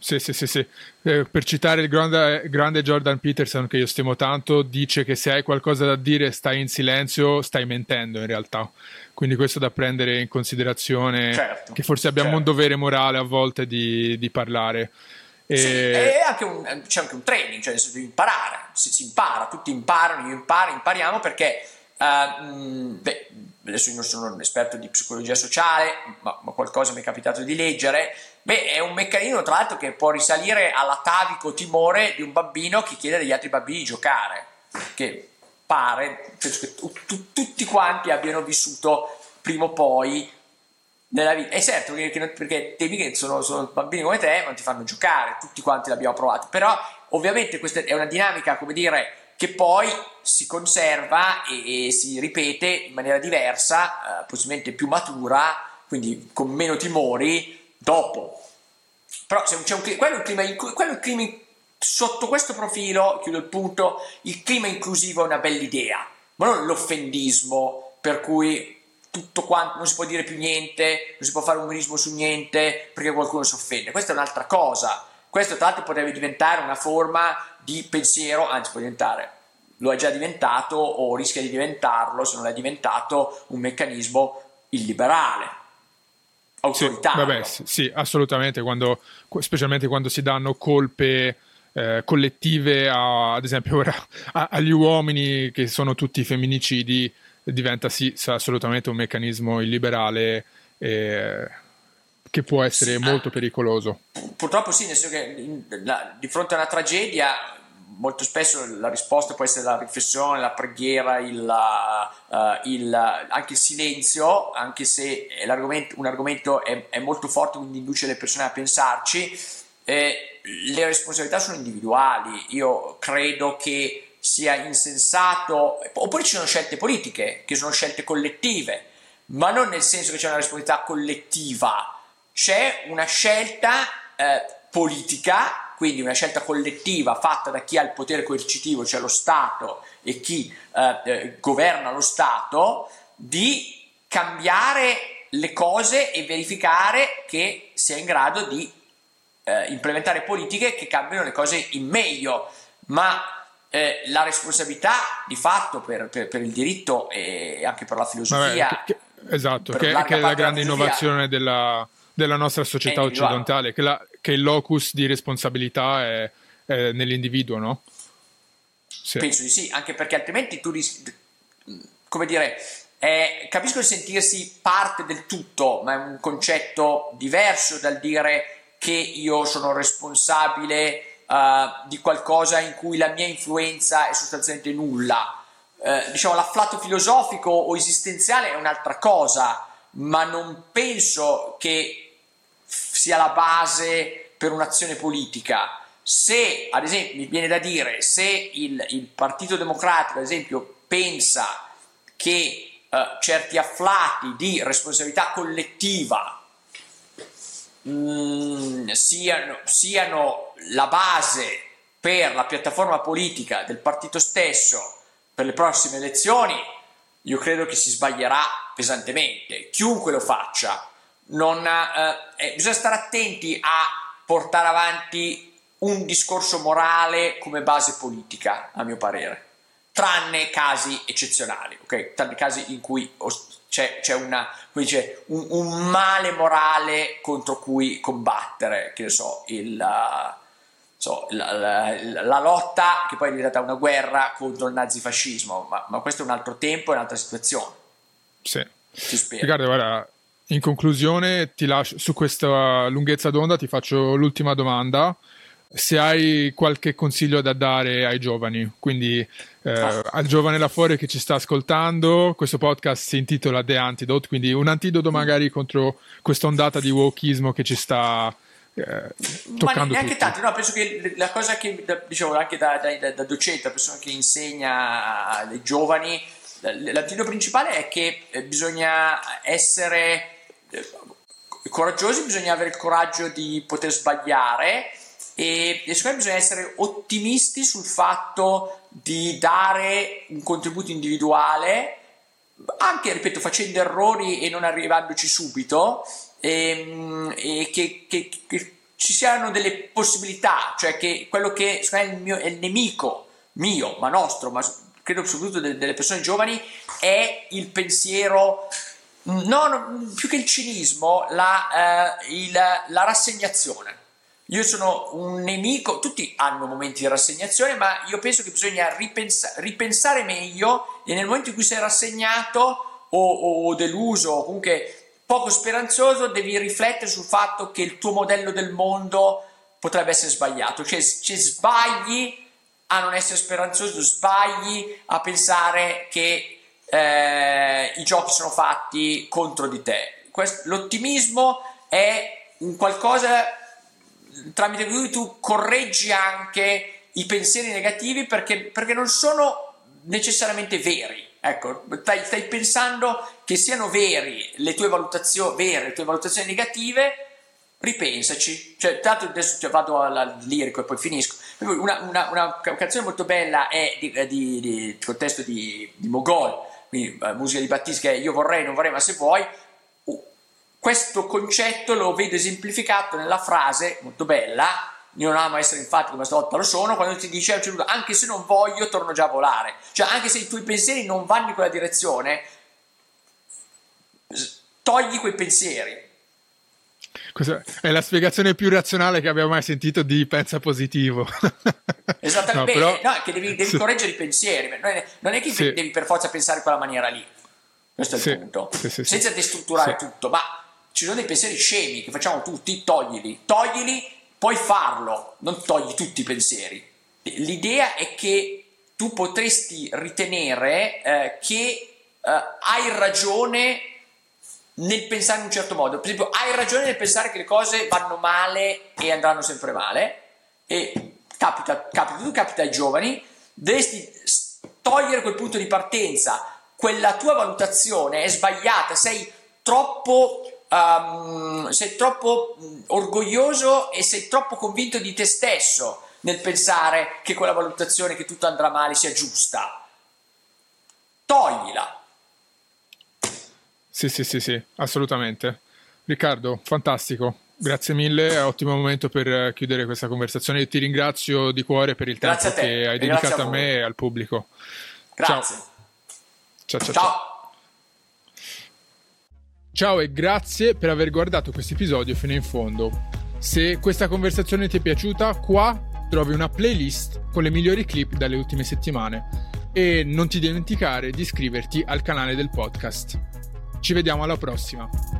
Per citare il grande Jordan Peterson, che io stimo tanto, dice che se hai qualcosa da dire, stai in silenzio, stai mentendo in realtà. Quindi questo da prendere in considerazione, certo, che forse abbiamo un dovere morale a volte di parlare. Sì, c'è anche un training, cioè si deve imparare, si impara, tutti imparano, impariamo, perché adesso io non sono un esperto di psicologia sociale, ma qualcosa mi è capitato di leggere. È un meccanismo, tra l'altro, che può risalire all'atavico timore di un bambino che chiede agli altri bambini di giocare, che penso che tutti quanti abbiano vissuto prima o poi nella vita. È certo, perché temi che sono bambini come te, non ti fanno giocare, tutti quanti l'abbiamo provato, però ovviamente questa è una dinamica, come dire, che poi si conserva e si ripete in maniera diversa, possibilmente più matura, quindi con meno timori dopo. Però se c'è quello è il clima sotto questo profilo, chiudo il punto, il clima inclusivo è una bella idea, ma non l'offendismo per cui tutto quanto non si può dire più niente, non si può fare umorismo su niente perché qualcuno si offende. Questa è un'altra cosa. Questo tra l'altro potrebbe diventare una forma di pensiero, anzi può diventare, lo è già diventato o rischia di diventarlo, se non è diventato, un meccanismo illiberale, autoritario. Sì, assolutamente, specialmente quando si danno colpe collettive ad esempio ora agli uomini, che sono tutti femminicidi, diventa assolutamente un meccanismo illiberale che può essere molto pericoloso. Purtroppo sì, nel senso che di fronte a una tragedia molto spesso la risposta può essere la riflessione, la preghiera, anche il silenzio, anche se un argomento è molto forte, quindi induce le persone a pensarci. Le responsabilità sono individuali. Io credo che sia insensato, oppure ci sono scelte politiche che sono scelte collettive, ma non nel senso che c'è una responsabilità collettiva, c'è una scelta politica, quindi una scelta collettiva fatta da chi ha il potere coercitivo, cioè lo Stato, e chi governa lo Stato, di cambiare le cose e verificare che sia in grado di implementare politiche che cambiano le cose in meglio. Ma la responsabilità di fatto per il diritto e anche per la filosofia, esatto, che è la grande innovazione della nostra società occidentale, che il locus di responsabilità è nell'individuo, no? Sì. Penso di sì, anche perché altrimenti tu come dire, capisco il sentirsi parte del tutto, ma è un concetto diverso dal dire che io sono responsabile di qualcosa in cui la mia influenza è sostanzialmente nulla. Diciamo, l'afflato filosofico o esistenziale è un'altra cosa, ma non penso che sia la base per un'azione politica. Se, ad esempio, mi viene da dire, se il Partito Democratico, ad esempio, pensa che certi afflati di responsabilità collettiva siano la base per la piattaforma politica del partito stesso per le prossime elezioni, io credo che si sbaglierà pesantemente, chiunque lo faccia. Bisogna stare attenti a portare avanti un discorso morale come base politica, a mio parere, tranne casi eccezionali, ok? Tranne casi in cui c'è un male morale contro cui combattere, che ne so, la lotta che poi è diventata una guerra contro il nazifascismo, ma questo è un altro tempo e un'altra situazione. Sì. Riccardo, guarda, in conclusione ti lascio su questa lunghezza d'onda, ti faccio l'ultima domanda. Se hai qualche consiglio da dare ai giovani, quindi al giovane là fuori che ci sta ascoltando, questo podcast si intitola The Antidote, quindi un antidoto magari contro questa ondata di wokeismo che ci sta toccando ma neanche tutti. tanto, no, penso che la cosa che dicevo anche da docente, da persona che insegna ai giovani, l'antidoto principale è che bisogna essere coraggiosi, bisogna avere il coraggio di poter sbagliare e secondo me bisogna essere ottimisti sul fatto di dare un contributo individuale, anche, ripeto, facendo errori e non arrivandoci subito, e che ci siano delle possibilità, cioè che quello che secondo me è il nemico mio, ma nostro, ma credo soprattutto delle persone giovani, è il pensiero, più che il cinismo, la rassegnazione. Io sono un nemico, tutti hanno momenti di rassegnazione, ma io penso che bisogna ripensare meglio, e nel momento in cui sei rassegnato o deluso o comunque poco speranzoso, devi riflettere sul fatto che il tuo modello del mondo potrebbe essere sbagliato, cioè sbagli a non essere speranzoso, sbagli a pensare che i giochi sono fatti contro di te. L'ottimismo è un qualcosa tramite cui tu correggi anche i pensieri negativi perché non sono necessariamente veri. Ecco, stai pensando che siano vere le tue valutazioni negative, ripensaci. Cioè, tanto adesso vado al lirico e poi finisco. Una canzone molto bella è di contesto di Mogol, quindi musica di Battisti, che è Io vorrei, non vorrei, ma se vuoi. Questo concetto lo vedo esemplificato nella frase molto bella: io non amo essere infatti, ma stavolta lo sono, quando ti dice anche se non voglio torno già a volare. Cioè, anche se i tuoi pensieri non vanno in quella direzione, togli quei pensieri. Questa è la spiegazione più razionale che abbiamo mai sentito di pensa positivo. Esattamente, no, che devi correggere i pensieri, non è che devi per forza pensare in quella maniera lì. Questo è il punto. Senza destrutturare tutto, ma ci sono dei pensieri scemi che facciamo tutti, toglili, puoi farlo, non togli tutti i pensieri. L'idea è che tu potresti ritenere che hai ragione nel pensare in un certo modo. Per esempio, hai ragione nel pensare che le cose vanno male e andranno sempre male, e capita ai giovani, dovresti togliere quel punto di partenza. Quella tua valutazione è sbagliata, sei troppo orgoglioso e sei troppo convinto di te stesso nel pensare che quella valutazione che tutto andrà male sia giusta. Toglila. Sì, assolutamente. Riccardo, fantastico. Grazie mille, è un ottimo momento per chiudere questa conversazione. Io ti ringrazio di cuore per il tempo che hai dedicato a me e al pubblico. Grazie. Ciao. Ciao e grazie per aver guardato questo episodio fino in fondo. Se questa conversazione ti è piaciuta, qua trovi una playlist con le migliori clip dalle ultime settimane. E non ti dimenticare di iscriverti al canale del podcast. Ci vediamo alla prossima.